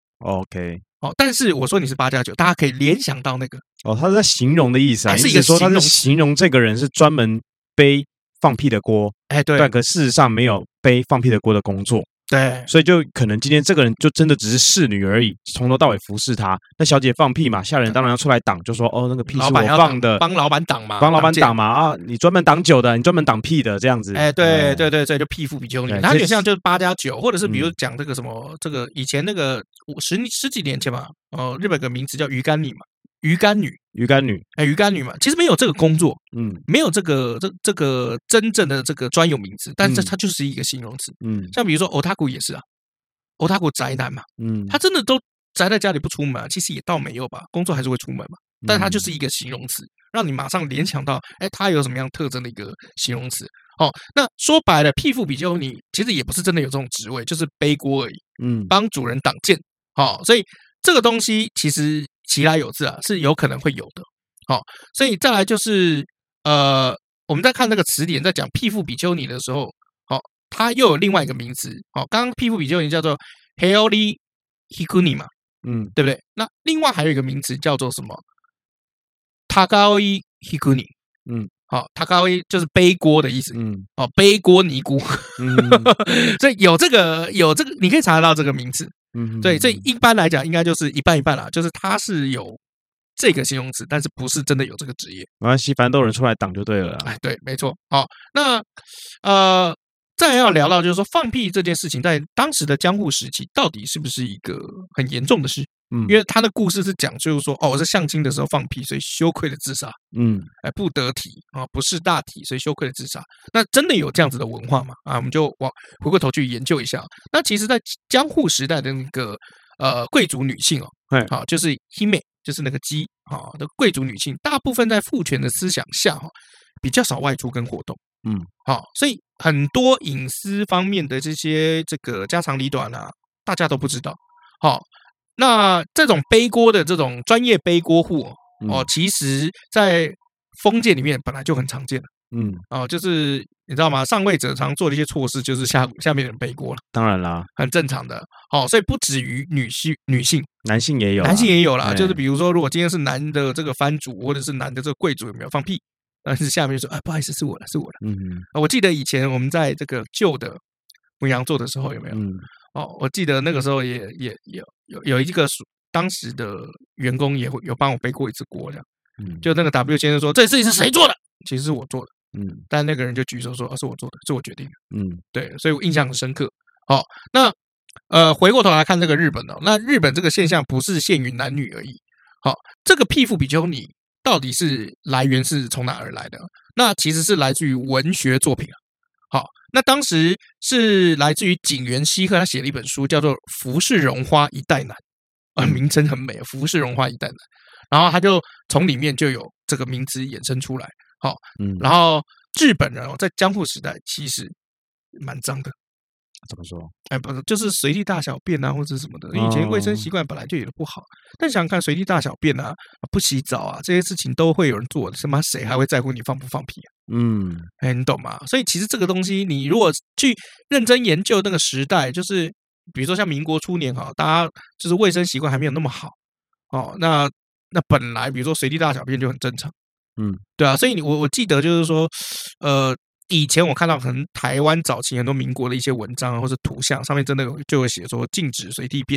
OK， 但是我说你是8+9，大家可以联想到那个他是在形容的意思啊， 是一个说他是形容这个人是专门背放屁的锅， 对， 但可事实上没有背放屁的锅的工作， 对， 所以就可能今天这个人就真的只是侍女而已，从头到尾服侍他。那小姐放屁嘛，下人当然要出来挡，就说那个屁是我放的， 帮老板挡嘛， 帮老板挡嘛啊，你专门挡酒的，你专门挡屁的这样子。 对，就屁富比丘尼，他有点像就是8+9，或者是比如讲这个什么这个以前那个十几年前嘛，日本有个名词叫鱼干女嘛。鱼干女嘛，其实没有这个工作，没有这个真正的这个专有名词，但是它就是一个形容词，像比如说 otaku 也是啊 ，otaku 宅男嘛，他真的都宅在家里不出门，其实也倒没有吧，工作还是会出门嘛，但它就是一个形容词，让你马上联想到，它有什么样特征的一个形容词。那说白了，屁富比丘尼其实也不是真的有这种职位，就是背锅而已，帮主人挡箭，所以这个东西其实其来有自啊，是有可能会有的。所以再来就是我们在看那个词典，在讲屁富比丘尼的时候，它又有另外一个名词。刚刚屁富比丘尼叫做 Haori Hikuni 嘛，对不对？那另外还有一个名词叫做什么 Tagaoi Hikuni，Tagaoi 就是背锅的意思，背锅尼姑，所以有这个，你可以查得到这个名词。对，所以一般来讲应该就是一半一半啦，就是它是有这个形容词，但是不是真的有这个职业。 没关系，反正都有人出来挡就对了。 对，没错。那再要聊到就是说放屁这件事情，在当时的江户时期，到底是不是一个很严重的事？因为他的故事是讲，就是说，我是相亲的时候放屁，所以羞愧的自杀。不得体不是大体，所以羞愧的自杀。那真的有这样子的文化吗？我们就回过头去研究一下。那其实，在江户时代的那个贵族女性就是 hime， 就是那个姬的贵族女性，大部分在父权的思想下比较少外出跟活动。所以很多隐私方面的这个家长里短啊，大家都不知道。那这种背锅的这种专业背锅户其实在封建里面本来就很常见了。就是你知道吗？上位者常做的一些错事，就是下面的人背锅了。 当然啦， 很正常的。所以不止于女性， 男性也有啦。就是比如说，如果今天是男的这个藩主，或者是男的这个贵族有没有放屁？但是下面就说不好意思，是我的。我记得以前我们在这个旧的文阳做的时候有没有？我记得那个时候也有一个当时的员工也有帮我背过一次锅，这样。就那个 W 先生说这事情是谁做的？其实是我做的。但那个人就举手说是我做的，是我决定的。对，所以我印象很深刻。那回过头来看这个日本那日本这个现象不是限于男女而已。这个屁富比丘尼到底是来源是从哪而来的？那其实是来自于文学作品那当时是来自于井原西鹤，他写了一本书叫做《浮世荣花一代男》，名称很美，《浮世荣花一代男》。然后他就从里面就有这个名词衍生出来。然后日本人在江户时代其实蛮脏的。 怎么说？ 不是，就是随地大小便啊，或者什么的。以前卫生习惯本来就有的不好，但想想看，随地大小便啊，不洗澡啊，这些事情都会有人做的，他妈谁还会在乎你放不放屁啊？你懂吗？所以其实这个东西，你如果去认真研究那个时代，就是比如说像民国初年大家就是卫生习惯还没有那么好那本来比如说随地大小便就很正常，对啊，所以我记得就是说，以前我看到可能台湾早期很多民国的一些文章或者图像上面真的就会写说禁止随地便溺，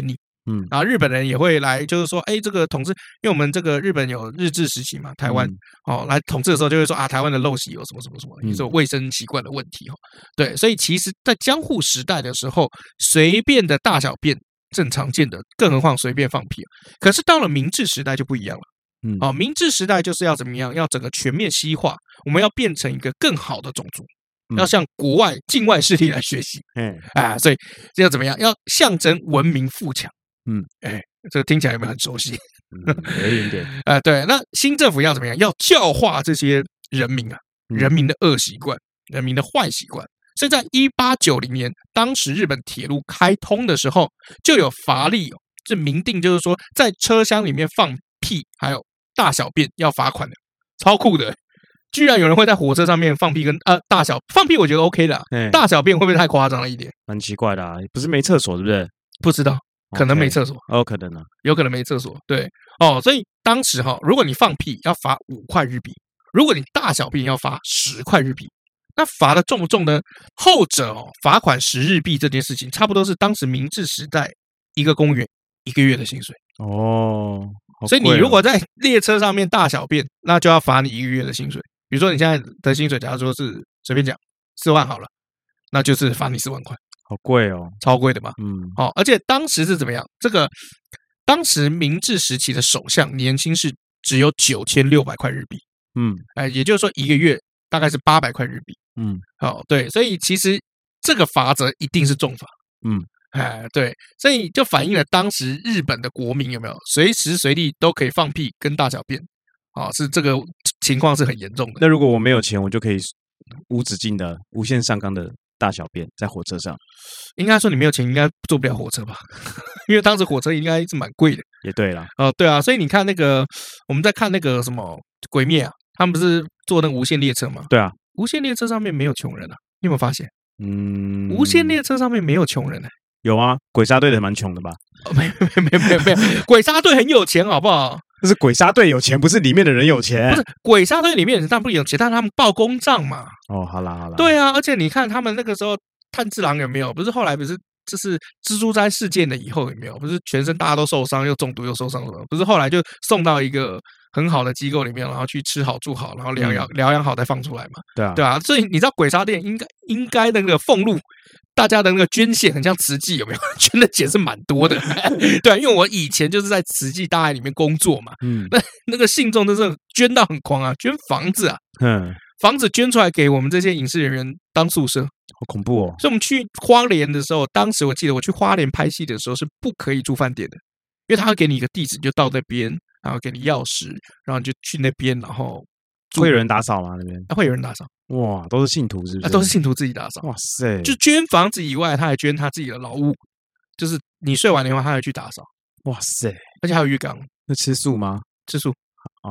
然后日本人也会来，就是说，这个统治，因为我们这个日本有日治时期嘛，台湾来统治的时候就会说台湾的陋习有什么什么什么，也是卫生习惯的问题对，所以其实，在江户时代的时候，随便的大小便正常见的，更何况随便放屁。可是到了明治时代就不一样了。明治时代就是要怎么样？要整个全面西化，我们要变成一个更好的种族。要向国外境外势力来学习，所以这要怎么样？要象征文明富强，这个听起来有没有很熟悉？ 有一点点， 对。那新政府要怎么样？要教化这些人民人民的恶习惯，人民的坏习惯。所以在1890年，当时日本铁路开通的时候，就有法律这明定，就是说在车厢里面放屁还有大小便要罚款的，超酷的。居然有人会在火车上面放屁跟大小放屁，我觉得 OK 的，大小便会不会太夸张了一点？ 蛮奇怪的不是没厕所，对不对？ 不知道，可能没厕所， 可能有可能没厕所，对所以当时如果你放屁要罚5块日币，如果你大小便要罚10块日币，那罚的重不重呢？后者罚款10日币这件事情，差不多是当时明治时代一个公务员1个月的薪水所以你如果在列车上面大小便，那就要罚你1个月的薪水。比如说你现在的薪水，假如说是随便讲4万好了，那就是罚你4万块， 好贵超贵的嘛。而且当时是怎么样？当时明治时期的首相年薪是只有9600块日币，也就是说1个月大概是800块日币，对，所以其实这个罚则一定是重罚，对，所以就反映了当时日本的国民有没有随时随地都可以放屁跟大小便。是这个情况是很严重的。 那如果我没有钱，我就可以无止境的、无限上纲的大小便在火车上？ 应该说你没有钱，应该坐不了火车吧？因为当时火车应该是蛮贵的。 也对啦， 对啊，所以你看那个我们在看那个什么《鬼灭》他们不是坐那个无限列车吗？ 对啊， 无限列车上面没有穷人你有没有发现？无限列车上面没有穷人有啊，鬼杀队的蛮穷的吧？ 没有，鬼杀队很有钱，好不好？ 就是鬼杀队有钱，不是里面的人有钱。 不是鬼杀队里面的人当然不有钱，但他们报公账嘛。 好啦。 对啊，而且你看他们那个时候炭治郎有没有？不是后来不是就是蜘蛛灾事件的以后有没有？不是全身大家都受伤，又中毒又受伤了，不是后来就送到一个很好的机构里面，然后去吃好住好，然后疗养好再放出来嘛。对啊，所以你知道鬼杀店应该那个俸禄。大家的那个捐献很像慈济，有没有？捐的钱是蛮多的，对，因为我以前就是在慈济大爱里面工作嘛，那个信众真是捐到很狂捐房子房子捐出来给我们这些影视人员当宿舍， 好恐怖所以我们去花莲的时候，当时我记得我去花莲拍戏的时候是不可以住饭店的，因为他会给你一个地址，你就到那边，然后给你钥匙，然后你就去那边，然后会有人打扫吗？那边会有人打扫。 哇，都是信徒是不是？ 都是信徒自己打扫。 哇塞！ 就捐房子以外，他还捐他自己的劳务，就是你睡完的话，他还去打扫。 哇塞！ 而且还有浴缸。 那吃素吗？ 吃素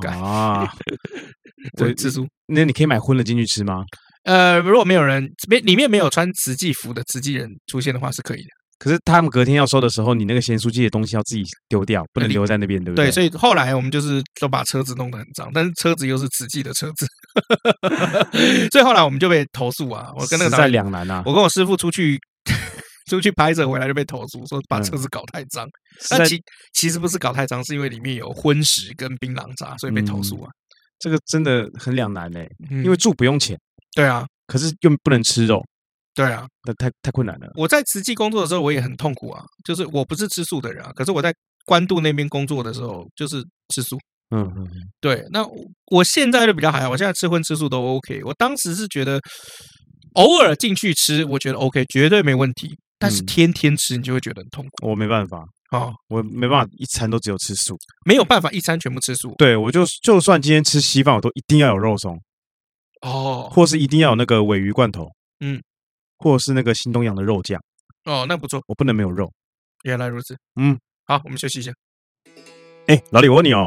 对，吃素。 那你可以买荤的进去吃吗？ 如果没有人里面没有穿慈济服的慈济人出现的话，是可以的。 可是他们隔天要收的时候，你那个咸酥鸡的东西要自己丢掉，不能留在那边，对不对？ 对，所以后来我们就是都把车子弄得很脏，但是车子又是慈济的车子，所以后来我们就被投诉我跟那个实在两难我跟我师父出去拍摄回来就被投诉，说把车子搞太脏。但其实不是搞太脏，是因为里面有荤食跟槟榔渣，所以被投诉这个真的很两难因为住不用钱， 对啊， 可是又不能吃肉。 对啊， 那太困难了。我在慈济工作的时候，我也很痛苦就是我不是吃素的人可是我在关渡那边工作的时候，就是吃素。对。那我现在就比较还好，我现在吃荤吃素都 OK。我当时是觉得偶尔进去吃，我觉得 OK， 绝对没问题。但是天天吃，你就会觉得很痛苦。 我没办法我没办法一餐都只有吃素， 没有办法一餐全部吃素。 对，我就算今天吃稀饭，我都一定要有肉松或是一定要有那个鲔鱼罐头。或者是那个新东阳的肉酱那不错， 我不能没有肉。 原来如此。好，我们休息一下。 老李，我问你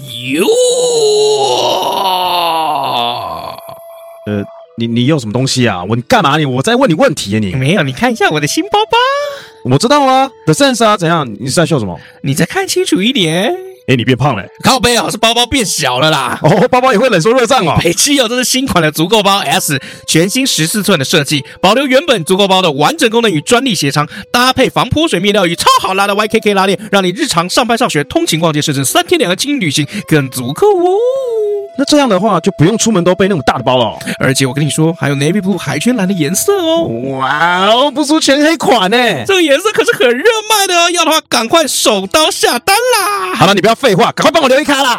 你用什么东西啊？你干嘛？我在问你问题你没有？你看一下我的新包包。 我知道啊 ，The Sense 怎样？你是在秀什么？ 你再看清楚一点。 你变胖了。 靠背哦，是包包变小了啦。 哦，包包也会冷缩热胀哦。 北七哦，这是新款的足够包 S， 全新14寸的设计，保留原本足够包的完整功能与专利鞋长，搭配防泼水面料与超好拉的 YKK 拉链，让你日常上班上学、通勤逛街，甚至3天2夜轻旅行更足够哦。 那这样的话，就不用出门都背那种大的包了。 而且我跟你说，还有 Navy Blue 海军蓝的颜色哦。 哇哦，不出全黑款呢！ 这个颜色可是很热卖的哦，要的话赶快手刀下单啦！ 好了，你不要废话，赶快帮我留一卡啦！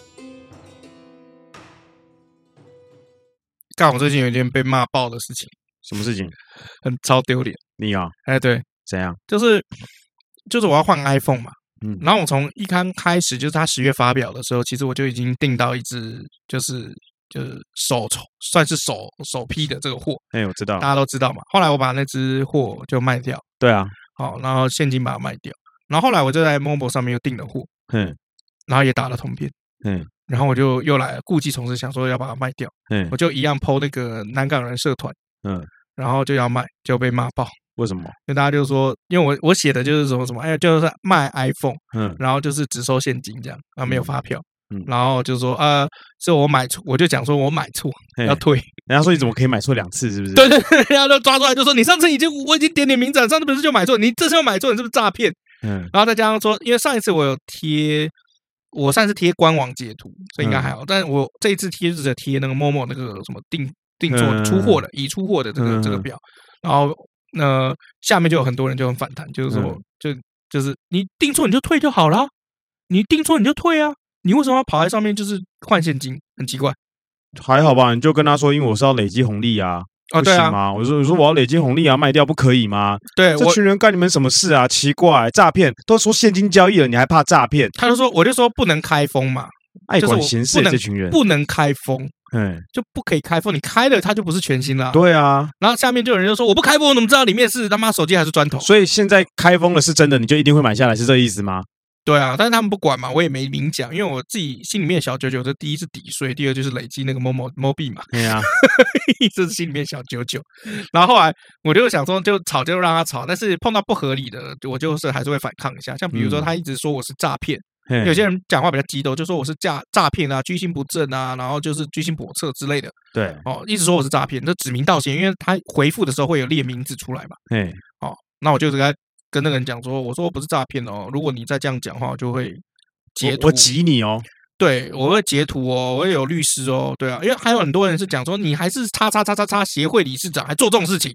干，我最近有一件被骂爆的事情。 什么事情？ 很超丢脸。 你啊？ 对， 怎样？就是我要换 iPhone 嘛。然后我从一刚开始，就是他10月发表的时候，其实我就已经订到一只，就是算是首批的这个货。我知道，大家都知道嘛。后来我把那只货就卖掉。对啊。好，然后现金把它卖掉。然后后来我就在 Momo 上面又订了货。然后也打了通篇。然后我就又来故技重施，想说要把它卖掉。我就一样 po 那个南港人社团。然后就要卖，就被骂爆。为什么？因为大家就说，因为我写的就是什么，就是卖 iPhone，然后就是只收现金这样，没有发票，然后就说是我买错，我就讲说我买错，要退。 人家说你怎么可以买错2次，是不是？ 对，人家就抓出来就说你上次我已经点名字了，上次不是就买错，你这次又买错，你是不是诈骗？然后再加上说，因为上一次我有贴，我上次贴官网截图，所以应该还好，但我这一次贴就是贴那个 Momo 那个什么定做出货的已出货的这个表，然后。下面就有很多人就很反弹，就是说，就是你订错你就退就好了，你订错你就退啊，你为什么要跑在上面就是换现金？很奇怪。 还好吧，你就跟他说，因为我是要累积红利啊，不行吗？我说我要累积红利啊，卖掉不可以吗？对，这群人干你们什么事啊？奇怪，诈骗都说现金交易了，你还怕诈骗？我就说不能开封嘛， 爱管闲事这群人不能开封。就不可以开封，你开了它就不是全新啦。 对啊， 然后下面就有人就说我不开封，我怎么知道里面是他妈手机还是砖头？ 所以现在开封了是真的，你就一定会买下来，是这意思吗？ 对啊，但是他们不管嘛，我也没明讲，因为我自己心里面小99，这第一是抵税，第二就是累积那个Momo币嘛。对啊，这是心里面小99。然后后来我就想说，就吵就让他吵，但是碰到不合理的，我就是还是会反抗一下。像比如说他一直说我是诈骗。有些人讲话比较激动，就说我是诈骗啊，居心不正啊，然后就是居心叵测之类的。对，一直说我是诈骗，就指名道姓，因为他回复的时候会有列名字出来嘛。那我就跟那个人讲说，我说我不是诈骗哦，如果你再这样讲话，我就会截图， 我挤你哦。 对，我会截图哦，我也有律师哦。对啊，因为还有很多人是讲说你还是叉协会理事长，还做这种事情。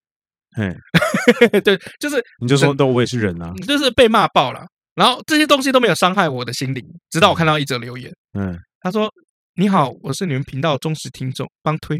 对，就是你就说我也是人啊， 你就是被骂爆了。然后这些东西都没有伤害我的心灵，直到我看到一则留言，他说：“你好，我是你们频道的忠实听众，帮推。”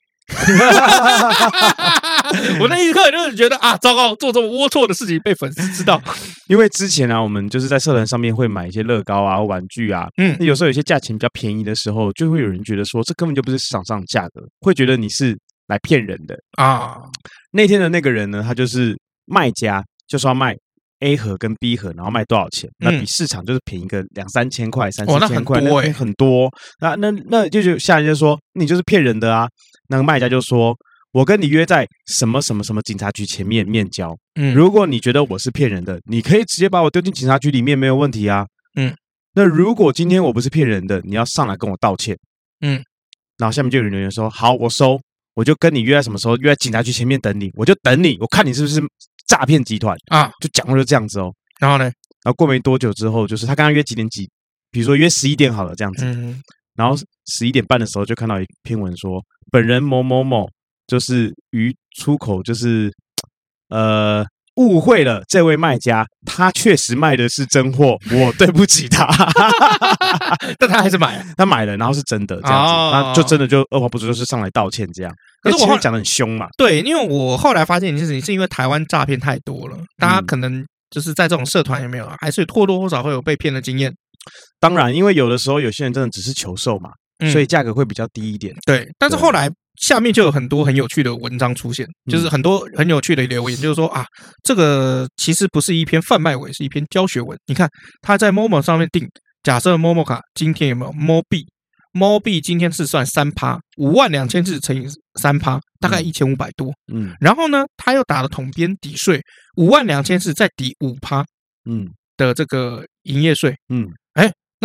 我那一刻就是觉得糟糕，做这么龌龊的事情被粉丝知道。 因为之前我们就是在社团上面会买一些乐高啊、玩具啊，有时候有些价钱比较便宜的时候，就会有人觉得说这根本就不是市场上的价格，会觉得你是来骗人的啊。那天的那个人呢，他就是卖家，就说要卖。A 盒跟 B 盒，然后卖多少钱？那比市场就是便宜个2-3千块、3-4千块，那很多。那就下人就说你就是骗人的啊。那个卖家就说，我跟你约在什么什么什么警察局前面面交。如果你觉得我是骗人的，你可以直接把我丢进警察局里面，没有问题啊。那如果今天我不是骗人的，你要上来跟我道歉。然后下面就有人留言说，好，我收，我就跟你约在什么时候？约在警察局前面等你，我就等你，我看你是不是。诈骗集团啊，就讲话就这样子哦。然后呢，然后过没多久之后，就是他跟他约几点几，比如说约11点好了这样子。然后11点半的时候就看到一篇文说，本人某某某就是于出口就是误会了这位卖家，他确实卖的是真货，我对不起他。 但他还是买了， 他买了，然后是真的这样子，那就真的就二话不说就是上来道歉这样。可是我讲的很凶嘛， 对，因为我后来发现一件事情，是因为台湾诈骗太多了，大家可能就是在这种社团有没有，还是或多或少会有被骗的经验。 当然，因为有的时候有些人真的只是求售嘛，所以价格会比较低一点。 对，但是后来下面就有很多很有趣的文章出现，就是很多很有趣的留言，就是说这个其实不是一篇贩卖文，是一篇教学文。你看他在 Momo 上面定，假设 Momo 卡今天有没有 Mo 币今天是算3%，52000字乘以3%，大概1500多。然后呢，他又打了统编抵税，52000字再抵5%，的这个营业税。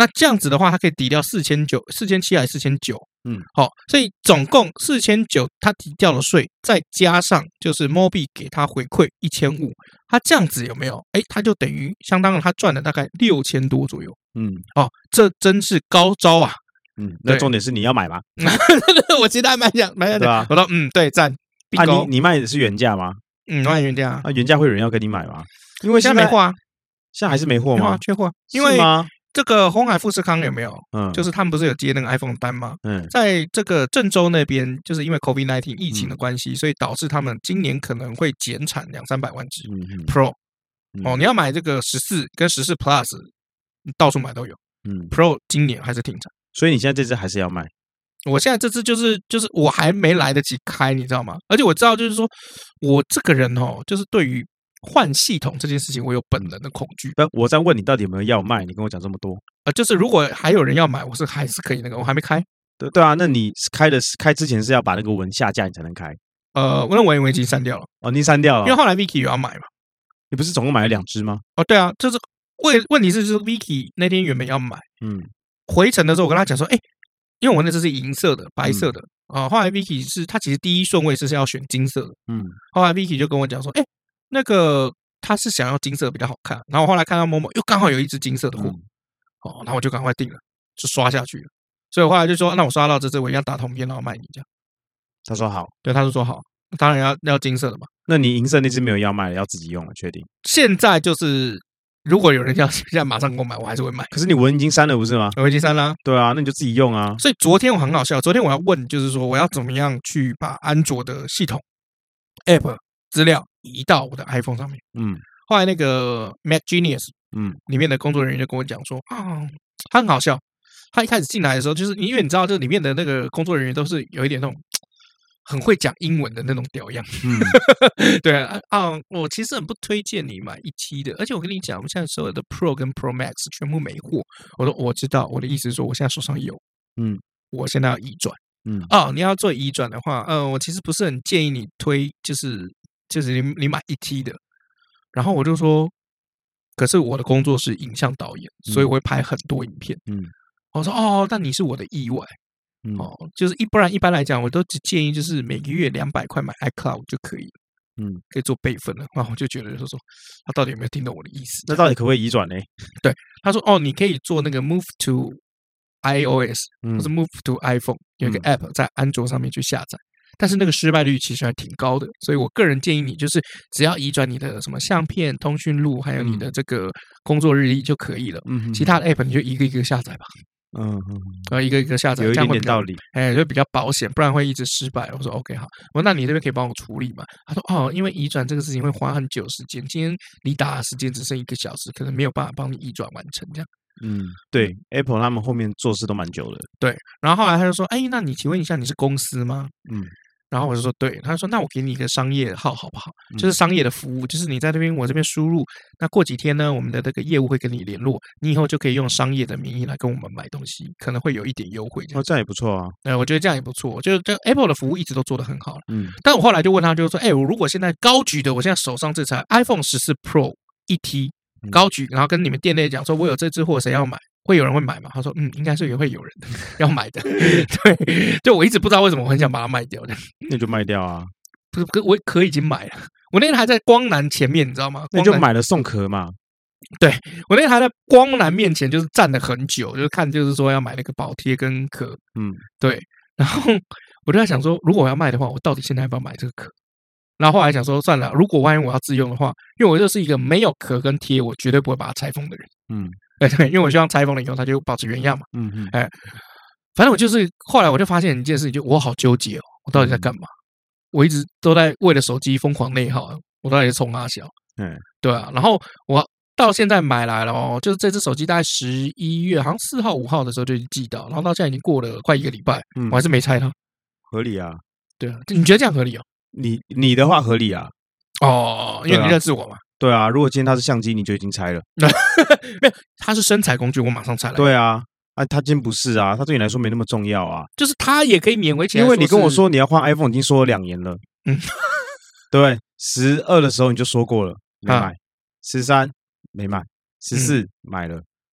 那这样子的话，它可以抵掉4700还是4900？好，所以总共4900，它抵掉了税，再加上就是 Mobi 给他回馈1500，他这样子有没有？他就等于相当于他赚了大概6000多左右。这真是高招啊！ 那重点是你要买吗？ 我其实还蛮想对啊。我说对，赞。 你卖的是原价吗？ 卖原价。 原价会有人要跟你买吗？因为现在没货啊， 现在还是没货吗？ 缺货，因为这个鸿海富士康有没有？就是他们不是有接那个 iPhone 单吗？在这个郑州那边，就是因为 COVID-19 疫情的关系，所以导致他们今年可能会减产200-300万只 Pro。你要买这个14跟14 Plus， 到处买都有。Pro 今年还是停产， 所以你现在这只还是要卖？ 我现在这只就是我还没来得及开，你知道吗？而且我知道，就是说我这个人就是对于换系统这件事情，我有本能的恐惧。 我在问你到底有没有要卖，你跟我讲这么多就是如果还有人要买，我还是可以我还没开。 对啊，那你开之前是要把那个文下架，你才能开。 那文已经删掉了。 你删掉了， 因为后来 Vicky 有要买嘛。 你不是总共买了2只吗？ 对啊，就是问题是，就是 Vicky 那天原本要买，回程的时候我跟他讲说，因为我那只是银色的、白色的后来 Vicky 他其实第一顺位是要选金色的，后来 Vicky 就跟我讲说，那个他是想要金色比较好看，然后我后来看到某某又刚好有一只金色的货，然后我就赶快订了，就刷下去了。所以我后来就说，那我刷到这只我一样打同边，然后卖你这样。他说好，对，他就说好，当然要金色的嘛。 那你银色那只没有要卖，要自己用了，确定？ 现在就是。如果有人要现在马上给我买，我还是会买。 可是你文已经删了，不是吗？ 我已经删了。 对啊，那你就自己用啊。 所以昨天我很好笑，昨天我要问，就是说我要怎么样去把安卓的系统 App 资料移到我的 iPhone 上面。后来那个 Mac Genius 里面的工作人员就跟我讲说他很好笑。他一开始进来的时候，就是因为你知道，这里面的那个工作人员都是有一点那种。很会讲英文的那种屌样，对我其实很不推荐你买1T的，而且我跟你讲，我们现在所有的 Pro 跟 Pro Max 全部没货。我说我知道，我的意思是说，我现在手上有，我现在要移转，你要做移转的话，我其实不是很建议你推，就是你买1T的。然后我就说，可是我的工作是影像导演，所以我会拍很多影片。我说但你是我的意外。就是一般来讲，我都只建议就是每个月200块买 iCloud 就可以，可以做备份了。然后我就觉得说他到底有没有听懂我的意思？ 那到底可不可以移转呢？ 对，他说你可以做那个 Move to iOS 或者 Move to iPhone，有一个 App 在安卓上面去下载，但是那个失败率其实还挺高的。所以我个人建议你就是只要移转你的什么相片、通讯录，还有你的这个工作日历就可以了。其他的 App 你就一个一个下载吧。一个一个下载， 有一点点道理， 就比较保险，不然会一直失败。我说 OK 好，我说那你这边可以帮我处理嘛？他说因为移转这个事情会花很久时间，今天离打的时间只剩1个小时，可能没有办法帮你移转完成这样。 对 ，Apple 他们后面做事都蛮久的。 对，然后后来他就说，那你请问一下，你是公司吗？然后我就说对，他说那我给你一个商业号好不好？就是商业的服务，就是你在这边我这边输入，那过几天呢，我们的这个业务会跟你联络，你以后就可以用商业的名义来跟我们买东西，可能会有一点优惠。 这样也不错啊。 我觉得这样也不错，就这 Apple 的服务一直都做得很好。但我后来就问他，就是说，我如果现在高举的，我现在手上这台 iPhone 14 Pro 1T 高举，然后跟你们店内讲说，我有这支货，谁要买？会有人会买吗？他说，应该是也会有人要买的。对，就我一直不知道为什么我很想把它卖掉的。 那就卖掉啊！ 不是，我壳已经买了。我那天还在光南前面，你知道吗？ 那就买了送壳嘛。 对，我那天还在光南面前，就是站了很久，就是看，就是说要买那个保贴跟壳。对。然后我就在想说，如果我要卖的话，我到底现在要不要买这个壳？然后后来想说，算了，如果万一我要自用的话，因为我就是一个没有壳跟贴，我绝对不会把它拆封的人。对，因为我希望拆封了以后，它就保持原样嘛。反正我就是后来我就发现一件事情，就我好纠结我到底在干嘛？我一直都在为了手机疯狂内耗，我到底是冲阿小。对啊。然后我到现在买来了就是这只手机大概11月好像4号5号的时候就寄到，然后到现在已经过了快1个礼拜，我还是没拆它。合理啊。 对啊，你觉得这样合理？ 你的话合理啊。 因为你认识我嘛。 对啊，如果今天它是相机，你就已经拆了。 没有，它是身材工具，我马上拆了。 对啊，它今天不是啊，它对你来说没那么重要啊。 就是它也可以勉为其难， 因为你跟我说你要换 iPhone， 已经说了2年了。对，12的时候你就说过了，没买；13没买；14买了，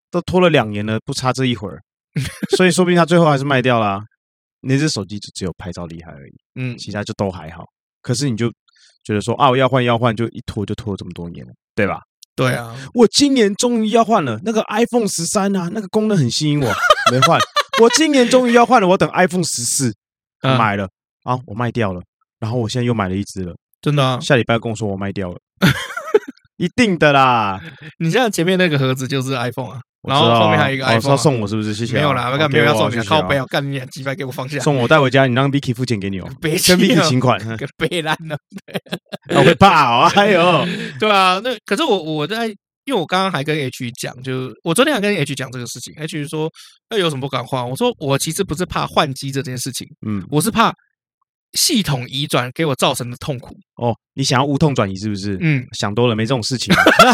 都拖了2年了，不差这一会儿，所以说不定他最后还是卖掉啦。那只手机就只有拍照厉害而已，其他就都还好。可是你就觉得说啊，我要换，就一拖就拖了这么多年了，对吧？ 对啊， 我今年终于要换了那个 iPhone 13啊，那个功能很吸引我，没换。我今年终于要换了，我等 iPhone 14买了啊，我卖掉了，然后我现在又买了一只了， 真的啊， 下礼拜跟我说我卖掉了，一定的啦。 你现在前面那个盒子就是 iPhone 啊。然后后面还有一个 iPhone， 送我是不是？谢谢。 没有啦，没有要送你，靠背，干你几百给我放下。 送我带回家，你让 Vicky 付钱给你哦，跟 Vicky 请款， 跟背烂了， 我会怕哦，哎呦， 对啊，那可是我在，因为我刚刚还跟 H 讲，就我昨天还跟 H 讲这个事情 ，H 说那有什么不敢换？我说我其实不是怕换机这件事情，我是怕系统移转给我造成的痛苦。 哦，你想要无痛转移是不是？想多了，没这种事情。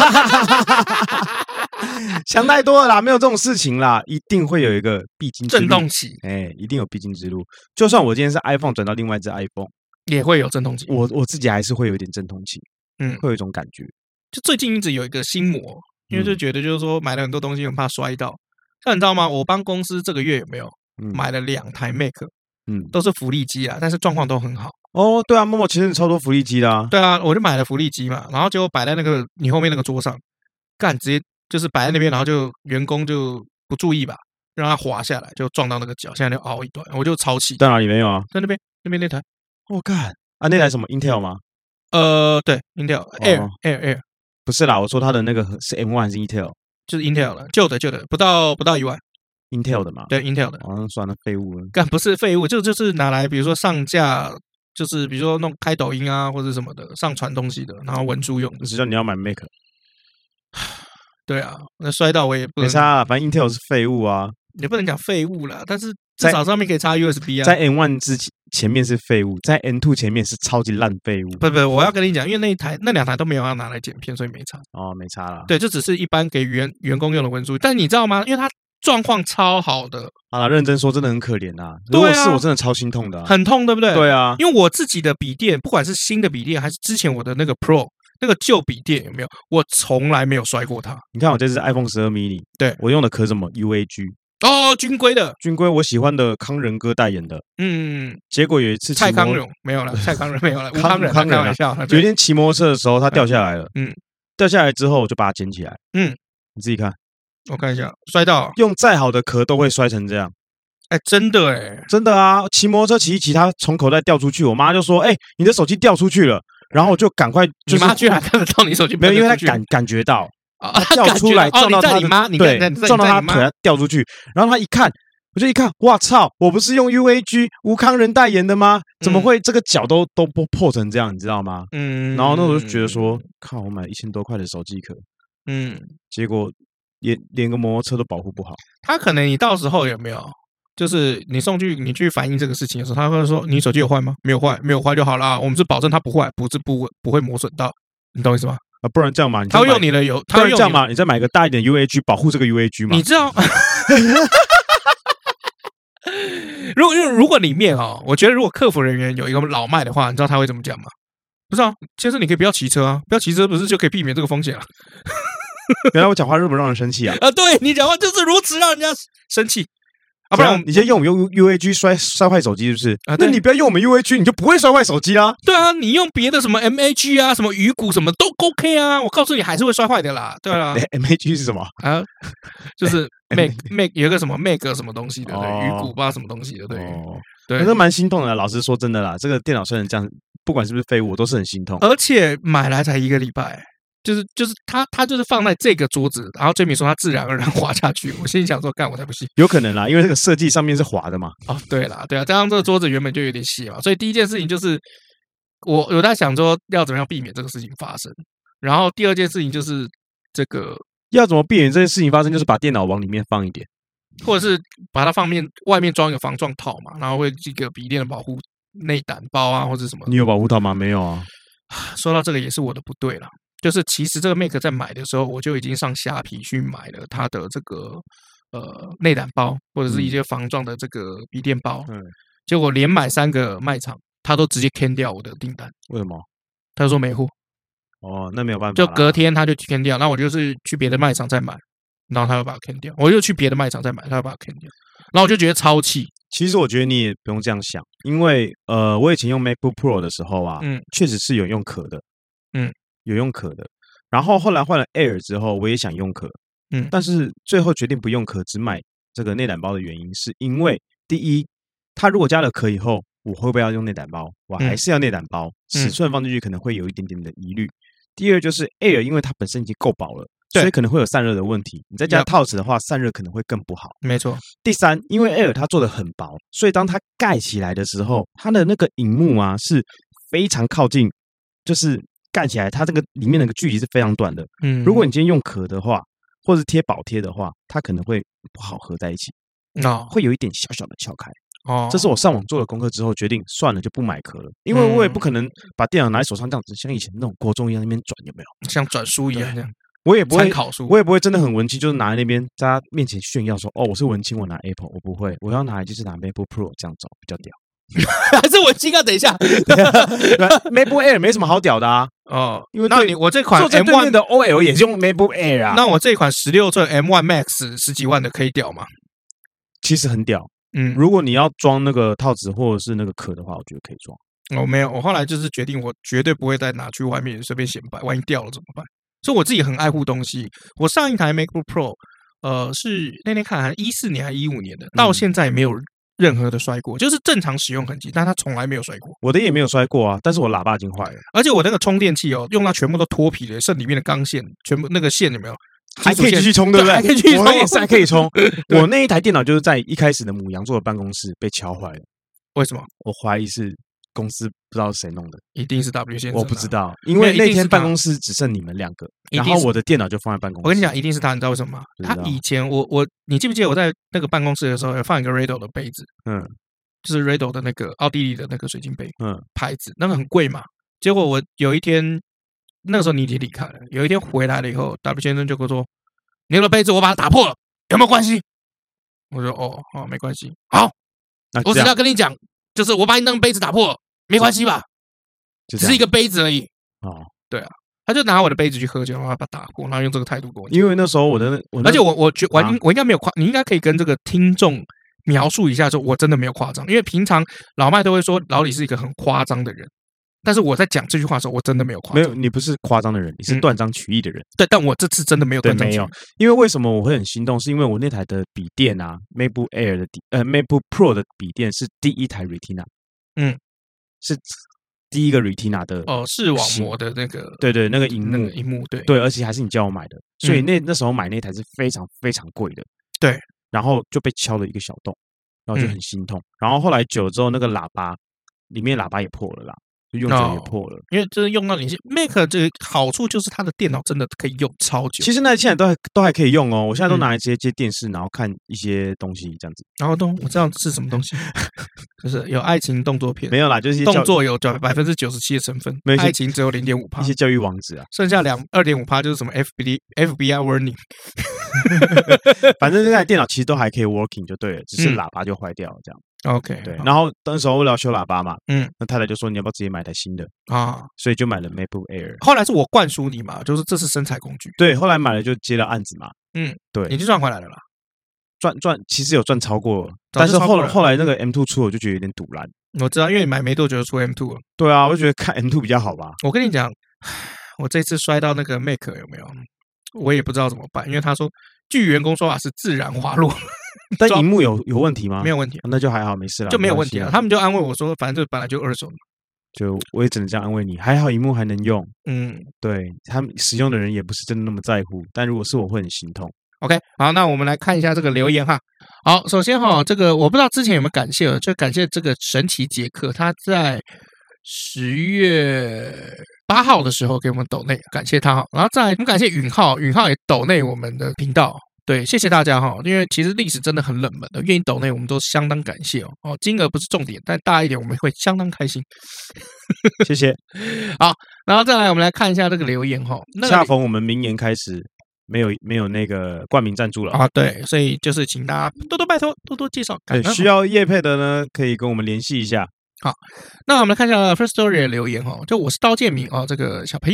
想太多了啦，没有这种事情啦，一定会有一个必经之路， 震动期， 一定有必经之路。就算我今天是 iPhone 转到另外一只 iPhone， 也会有阵痛期。 我自己还是会有一点阵痛期，会有一种感觉。 就最近一直有一个心魔，因为就觉得就是说买了很多东西很怕摔到。但你知道吗？我帮公司这个月有没有买了2台 Mac，都是福利机啊，但是状况都很好。 哦，对啊，默默其实超多福利机啦。 对啊，我就买了福利机嘛，然后结果摆在那个你后面那个桌上，干直接。就是摆在那边，然后就员工就不注意吧，让它滑下来，就撞到那个脚，现在就凹一段，我就超气。 在哪里没有啊？ 在那边那台。 我干啊，那台什么 Intel 吗？ 对 Intel Air 不是啦，我说它的那个是 M1 还是 Intel？ 就是 Intel 了，旧的，不到1万 ，Intel 的嘛。 对 Intel 的， 好像算了废物了。 干不是废物，就是拿来比如说上架，就是比如说弄开抖音啊或者什么的，上传东西的，然后文书用的。 谁叫你要买 Mac？ 对啊，那摔到我也不能没差啊，反正 Intel 是废物啊， 也不能讲废物啦，但是至少上面可以插 USB 啊。 在 N1 前面是废物，在 N2 前面是超级烂废物。 不，我要跟你讲，因为那2台都没有要拿来剪片，所以没差。 哦，没差啦。 对，就只是一般给员工用的文书。但你知道吗？因为它状况超好的。 啊，认真说，真的很可怜啊。如果是我真的超心痛的， 很痛，对不对？ 对啊， 因为我自己的笔电，不管是新的笔电还是之前我的那个 Pro。那个旧笔电有没有？我从来没有摔过它。 你看我这是 iPhone 12 mini， 对我用的可什么 UAG 哦，军规的， 我喜欢的康仁哥代言的。结果有一次蔡康永没有了，蔡康仁没有了，吴康仁开玩笑。 有一天骑摩托车的时候，它掉下来了。掉下来之后我就把它捡起来。你自己看， 我看一下，摔到用再好的壳都会摔成这样。 真的真的啊！骑摩托车骑它从口袋掉出去，我妈就说：“你的手机掉出去了。”然后我就赶快， 你妈居然看得到你手机没有，因为她感觉到掉出来撞到她的，对，撞到她腿掉出去。然后她一看，我就一看，哇操！我不是用 UAG 吴康仁代言的吗？怎么会这个脚都破成这样？你知道吗？然后那时候就觉得说，靠，我买了1000多块的手机壳，结果连个摩托车都保护不好。 他可能你到时候有没有？就是你去反映这个事情的时候，他会说你手机有坏吗？没有坏就好啦。我们是保证它不坏，不会磨损到，你懂我意思吗？ 不然这样嘛， 他会用你的他会这样嘛，你再买个大一点 UAG 保护这个 UAG 嘛。 你知道，如果里面我觉得如果客服人员有一个老麦的话，你知道他会怎么讲吗？不是啊，先生你可以不要骑车啊，不要骑车不是就可以避免这个风险了？ 原来我讲话这么让人生气啊！ 对你讲话就是如此让人家生气。 不然你先用 UAG 摔坏手机是不是？那你不要用我们 UAG， 你就不会摔坏手机啦。 对啊，你用别的什么 MAG 啊，什么鱼骨什么都 OK 啊。我告诉你，还是会摔坏的啦。对啦 ，MAG 是什么啊？ 就是 Mac 有一个什么 Mac 什么东西的，对，鱼骨不知道什么东西的，对。 对，可是蛮心痛的。老实说，真的啦，这个电脑虽然这样，不管是不是废物，我都是很心痛。 而且买来才1个礼拜。就是他就是放在这个桌子，然后追米说他自然而然滑下去，我心里想说干我才不信， 有可能啦，因为这个设计上面是滑的嘛。 对啦，加上这个桌子原本就有点细嘛，所以第一件事情就是我在想说要怎么样避免这个事情发生，然后第二件事情就是这个要怎么避免这件事情发生，就是把电脑往里面放一点， 或者是把它外面装一个防撞套嘛，然后会这个笔电的保护内胆包啊或者什么。 你有保护套吗？没有啊。 说到这个也是我的不对啦。就是其实这个 Mac 在买的时候，我就已经上虾皮去买了它的这个内胆包，或者是一些防撞的这个笔电包。结果连买3个卖场，他都直接 cancel 掉我的订单。 为什么？ 他说没货。 哦，那没有办法。 就隔天他就 cancel掉，那我就是去别的卖场再买。 然后他又把它 cancel 掉，我又去别的卖场再买，他又把它 cancel 掉，然后我就觉得超气。 其实我觉得你也不用这样想，因为我以前用 MacBook Pro 的时候啊，确实是有用壳的，有用壳的。然后后来换了 Air 之后，我也想用壳，但是最后决定不用壳，只买这个内胆包的原因，是因为第一，它如果加了壳以后，我会不会要用内胆包？我还是要内胆包，尺寸放进去可能会有一点点的疑虑。第二就是 Air， 因为它本身已经够薄了，所以可能会有散热的问题。你再加套子的话，散热可能会更不好。 没错。 第三，因为 Air 它做的很薄，所以当它盖起来的时候，它的那个萤幕啊是非常靠近，就是盖起来，它这个里面那个距离是非常短的。如果你今天用壳的话，或者是贴保贴的话，它可能会不好合在一起，会有一点小小的撬开。这是我上网做了功课之后决定算了就不买壳了，因为我也不可能把电脑拿在手上这样子，像以前那种国中一样那边转，有没有？ 像转书一样这样。 我也不会参考书， 我也不会真的很文青，就是拿在那边在他面前炫耀说：“哦，我是文青，我拿 Apple。”我不会，我要拿就是拿 MacBook Pro 这样走比较屌。还是文青啊？等一下 ，MacBook Air 没什么好屌的啊。 因为那我这款 M1 的 OL 也是用 MacBook Air 啊。 那我这款16寸 M1 Max 10几万的可以屌吗？ 其实很屌。如果你要装那个套子或者是那个壳的话，我觉得可以装。 没有，我后来就是决定，我绝对不会再拿去外面随便显摆，万一掉了怎么办？所以我自己很爱护东西。我上一台 MacBook Pro，是那天看还14年还15年的，到现在没有任何的摔过，就是正常使用痕迹，但它从来没有摔过。 我的也没有摔过啊，但是我喇叭已经坏了， 而且我那个充电器用到全部都脱皮了，剩里面的钢线，全部那个线有没有？ 还可以继续充，对不对？ 还可以继续充， 我也是还可以充。我那一台电脑就是在一开始的母羊座的办公室被敲坏了。 为什么？ 我怀疑是公司不知道是谁弄的， 一定是 W 先生。 我不知道，因为那天办公室只剩你们2个，然后我的电脑就放在办公室。 我跟你讲，一定是他，你知道为什么吗？他以前你记不记得我在那个办公室的时候有放一个 Rado 的杯子？就是 Rado 的那个奥地利的那个水晶杯，牌子那个很贵嘛。结果我有一天。那个时候你已经离开了，有一天回来了以后 ，W 先生就跟我说：“你的杯子我把它打破了，有没有关系？”我说：“哦，没关系。好，我只要跟你讲，就是我把你那个杯子打破了，没关系吧？只是一个杯子而已。”对啊，他就拿我的杯子去喝酒，然后把它打破，然后用这个态度跟我讲。 因为那时候而且我应该没有夸，你应该可以跟这个听众描述一下，说我真的没有夸张，因为平常老麦都会说老李是一个很夸张的人。但是我在讲这句话的时候，我真的没有夸张。 没有，你不是夸张的人，你是断章取义的人。 对，但我这次真的没有断章取义。 没有，因为为什么我会很心动？是因为我那台的笔电啊 ，MacBook Air 的MacBook Pro 的笔电是第一台 Retina， 是第一个 Retina 的视网膜的那个， 对，那个荧幕， 对，而且还是你叫我买的，所以那时候买那台是非常非常贵的。 对， 然后就被敲了一个小洞，然后就很心痛。然后后来久了之后，那个喇叭里面喇叭也破了啦。用久也破了， 因为这是用到你 Mac 这个好处就是它的电脑真的可以用超久。 其实那现在都还可以用哦，我现在都拿来直接接电视，然后看一些东西这样子。 然后我知道是什么东西，就是有爱情动作片， 没有啦，就是动作有97%的成分，爱情只有0.5%， 一些教育网址啊， 剩下2.5%就是什么 FBI warning。 反正这台电脑其实都还可以 working 就对了，只是喇叭就坏掉了这样。 OK， 对，然后那时候为了要修喇叭嘛，那太太就说你要不要直接买台新的啊？ 所以就买了 MacBook Air。 后来是我灌输你嘛，就是这是生财工具。 对，后来买了就接了案子嘛，对， 你就赚回来了啦。 赚，其实有赚超过，但是后来那个 M2 出，我就觉得有点堵烂。 我知道，因为你买没多久就出 M2 了。 对啊，我就觉得看 M2 比较好吧。 我跟你讲，我这次摔到那个 Mac 有没有？我也不知道怎么办，因为他说据员工说法是自然滑落。 但荧幕有问题吗？ 没有问题， 那就还好，没事了， 就没有问题了。他们就安慰我说，反正这本来就二手的， 就我也只能这样安慰你。还好荧幕还能用，对他们使用的人也不是真的那么在乎，但如果是我会很心痛。 OK， 好，那我们来看一下这个留言哈。好，首先这个我不知道之前有没有感谢，就感谢这个神奇杰克，他在10月8号的时候给我们抖内，感谢他。然后再来我们感谢允浩也抖内我们的频道。对，谢谢大家哈，因为其实历史真的很冷门的，愿意抖内我们都相当感谢哦。金额不是重点，但大一点我们会相当开心。 谢谢。 好，然后再来我们来看一下这个留言哈。 恰逢我们明年开始没有那个冠名赞助了啊，对，所以就是请大家多多拜托，多多介绍。 需要业配的呢，可以跟我们联系一下。 好，那我们来看一下 First Story 的留言哈，就我是刀剑迷这个小朋友。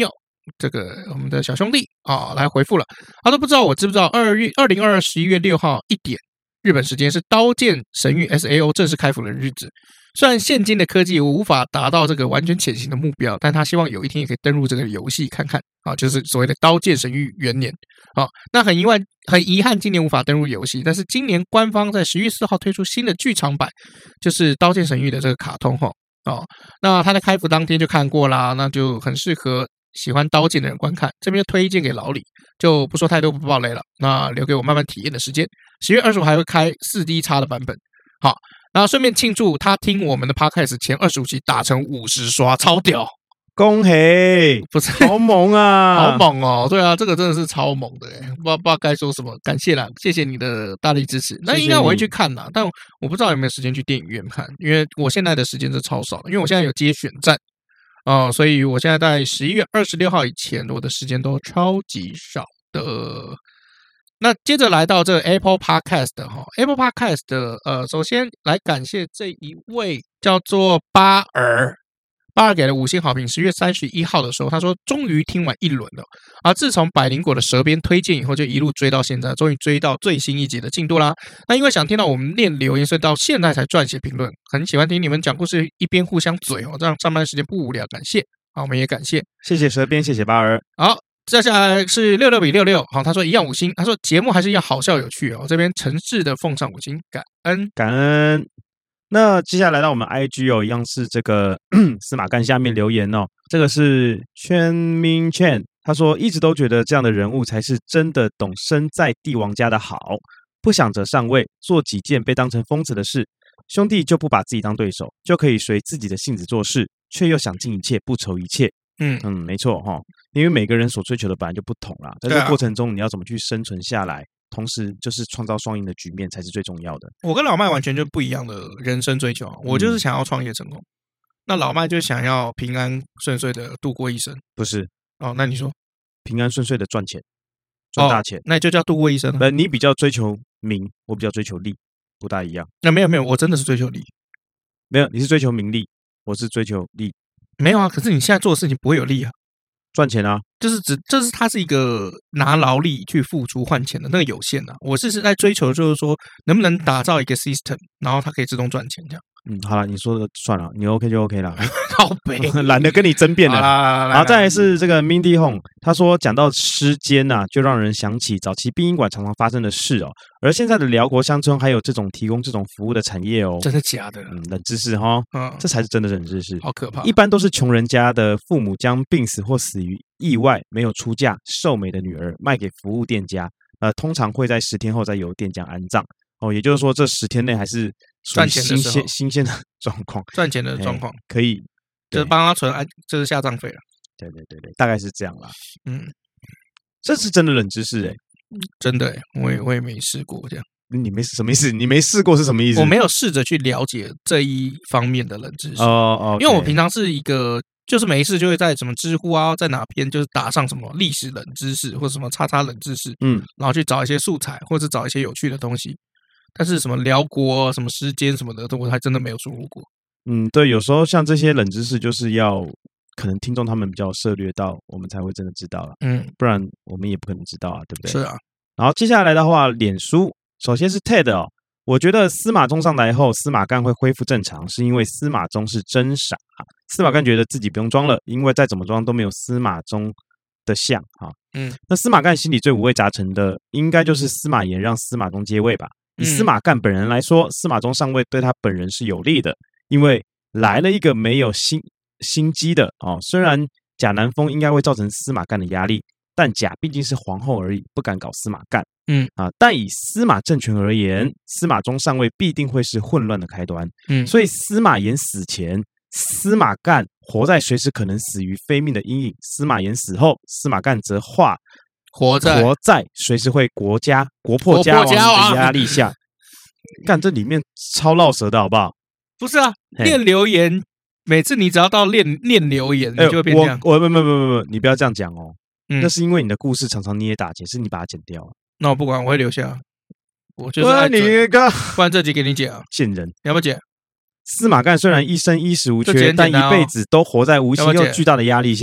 这个我们的小兄弟啊来回复了，他都不知道我知不知道2022 11月6号1点日本时间是《刀剑神域》SAO 正式开服的日子。虽然现今的科技无法达到这个完全潜行的目标，但他希望有一天也可以登入这个游戏看看啊，就是所谓的《刀剑神域》元年啊。那很遗憾，今年无法登入游戏，但是今年官方在10月4号推出新的剧场版，就是《刀剑神域》的这个卡通哈。哦，那他在开服当天就看过啦，那就很适合喜欢刀剑的人观看。这边就推荐给老李，就不说太多不爆雷了，那留给我慢慢体验的时间。10月25还会开 4D 的版本。好，然后顺便庆祝他听我们的 Podcast 前25期打成50刷，超屌！ 恭喜， 不是好猛啊， 好猛哦！对啊，这个真的是超猛的耶，不知道该说什么，感谢啦，谢谢你的大力支持。那应该我会去看啦，但我不知道有没有时间去电影院看，因为我现在的时间是超少，因为我现在有接选战所以我现在在11月26号以前，我的时间都超级少的。那接着来到这个 Apple Podcast 哈 ，Apple Podcast 的首先来感谢这一位叫做巴尔给了5星好评。10月31号的时候，他说终于听完一轮了啊！自从百灵果的舌边推荐以后，就一路追到现在，终于追到最新一集的进度啦。那因为想听到我们念留言，所以到现在才撰写评论。很喜欢听你们讲故事，一边互相嘴这样上班时间不无聊。感谢好，我们也感谢， 谢谢舌边，谢谢巴尔。 好。接下来是66比66，好，他说一样5星，他说节目还是要好笑有趣哦，这边诚挚的奉上5星，感恩。 那接下来到我们 IG 一样是这个司马干下面留言哦，这个是圈明圈，他说一直都觉得这样的人物才是真的懂身在帝王家的好，不想着上位，做几件被当成疯子的事，兄弟就不把自己当对手，就可以随自己的性子做事，却又想尽一切，不愁一切。没错哈，因为每个人所追求的本来就不同啦，在这个过程中你要怎么去生存下来，同时就是创造双赢的局面才是最重要的。 我跟老麦完全就不一样的人生追求，我就是想要创业成功，那老麦就想要平安顺遂的度过一生。 不是哦，那你说平安顺遂的赚钱，赚大钱， 那就叫度过一生。 你比较追求名，我比较追求利，不大一样。 那没有，我真的是追求利。 没有，你是追求名利，我是追求利。 没有啊，可是你现在做的事情不会有利啊， 赚钱啊， 就是它是一个拿劳力去付出换钱的那个有限啊。我是在追求就是说能不能打造一个 system， 然后它可以自动赚钱这样。 好了，你说的算了，你 OK 就 OK 了， 靠北， 懒得跟你争辩了。然后再来是这个 Mindy Hong， 他说讲到诗间就让人想起早期殡仪馆常常发生的事哦。而现在的辽国乡村还有这种提供这种服务的产业哦， 真的假的？ 冷知识哈，这才是真的冷知识， 好可怕。 一般都是穷人家的父母将病死或死于意外没有出嫁瘦美的女儿卖给服务店家，通常会在10天后再由店家安葬。也就是说这10天内还是赚钱的新鲜的状况， 赚钱的状况可以， 就是帮他存，就是下葬费了。 对，大概是这样啦。这是真的冷知识真的我也没试过这样。 你没什么意思？你没试过是什么意思？ 我没有试着去了解这一方面的冷知识因为我平常是一个就是没事就会在什么知乎在哪边就是打上什么历史冷知识或者什么叉叉冷知识，然后去找一些素材或者找一些有趣的东西。但是什么辽国什么时间什么的，我还真的没有输入过。 对，有时候像这些冷知识，就是要可能听众他们比较涉略到，我们才会真的知道了。不然我们也不可能知道啊，对不对？ 是啊。 然后接下来的话，脸书首先是 TED 我觉得司马衷上台后，司马干会恢复正常，是因为司马衷是真傻。司马干觉得自己不用装了，因为再怎么装都没有司马衷的像那司马干心里最五味杂陈的，应该就是司马炎让司马衷接位吧。以司马干本人来说，司马衷上位对他本人是有利的，因为来了一个没有心机的虽然贾南风应该会造成司马干的压力，但贾毕竟是皇后而已，不敢搞司马干。但以司马政权而言，司马衷上位必定会是混乱的开端。所以司马炎死前，司马干活在随时可能死于非命的阴影；司马炎死后，司马干则活在随时会国破家亡的压力下。干，这里面超绕舌的好不好？ 不是啊，念留言，每次你只要到念留言，你就会变这样。 不，你不要这样讲哦。那是因为你的故事常常捏打结，是你把它剪掉了。 那我不管，我会留下。我就是爱你不然这集给你剪啊， 贱人， 你要不要剪？ 司马干虽然一生衣食无缺，但一辈子都活在无形又巨大的压力下。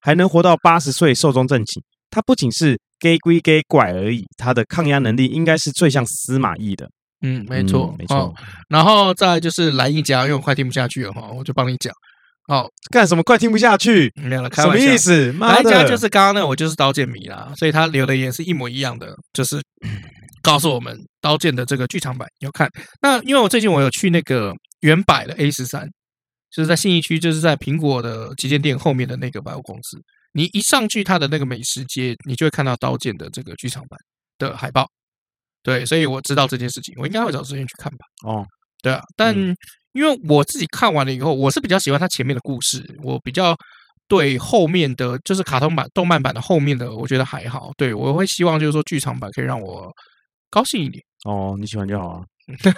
还能活到80岁寿终正寝。他不仅是 gay 归 gay 怪而已，他的抗压能力应该是最像司马懿的。 没错，没错。然后再来就是蓝一家，因为我快听不下去了哈，我就帮你讲。 干什么？快听不下去？ 没有了，开玩笑。 什么意思？ 蓝一家就是刚刚那我就是刀剑迷啦，所以他留的言是一模一样的，就是告诉我们刀剑的这个剧场版有看。那因为我最近我有去那个原百的 A13，就是在信义区，就是在苹果的旗舰店后面的那个百货公司。你一上去它的那个美食街，你就会看到刀剑的这个剧场版的海报。对，所以我知道这件事情，我应该会找时间去看吧。对啊，但因为我自己看完了以后，我是比较喜欢它前面的故事，我比较对后面的就是卡通版、动漫版的后面的，我觉得还好。对，我会希望就是说剧场版可以让我高兴一点。 你喜欢就好啊。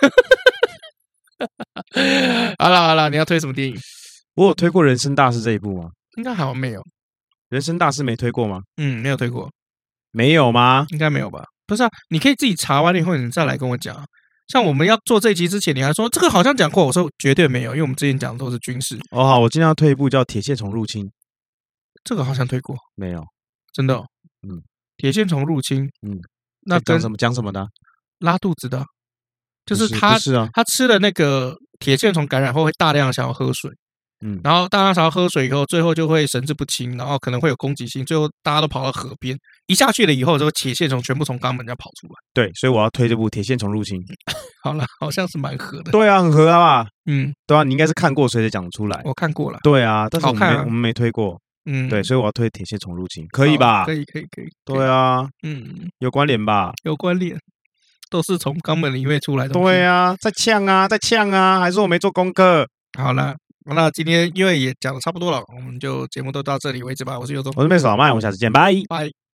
好了，你要推什么电影？ 我有推过《人生大事》这一部吗？ 应该好像没有。 人生大事没推过吗？ 没有推过。 没有吗？ 应该没有吧？不是啊，你可以自己查完了以后，你再来跟我讲。像我们要做这一集之前，你还说这个好像讲过，我说绝对没有，因为我们之前讲的都是军事。 好，我今天要推一部叫《铁线虫入侵》， 这个好像推过， 没有， 真的。铁线虫入侵， 那讲什么的？ 拉肚子的，就是他吃了那个铁线虫感染后会大量想要喝水。然后大家想要喝水以后，最后就会神志不清，然后可能会有攻击性，最后大家都跑到河边，一下去了以后，这个铁线虫全部从肛门这样跑出来。 对，所以我要推这部《铁线虫入侵》。 好了，好像是蛮合的。 对啊，很合啊吧？对啊，你应该是看过，所以才讲出来。 我看过了。 对啊，但是我们没推过。对，所以我要推《铁线虫入侵》，可以吧？ 可以。 对啊，有关联吧？ 有关联，都是从肛门里面出来的。 对啊，在呛啊，还是我没做功课？ 好了。那今天因为也讲的差不多了，我们就节目都到这里为止吧。我是尤总， 我是妹手老麦，我们下次见，拜。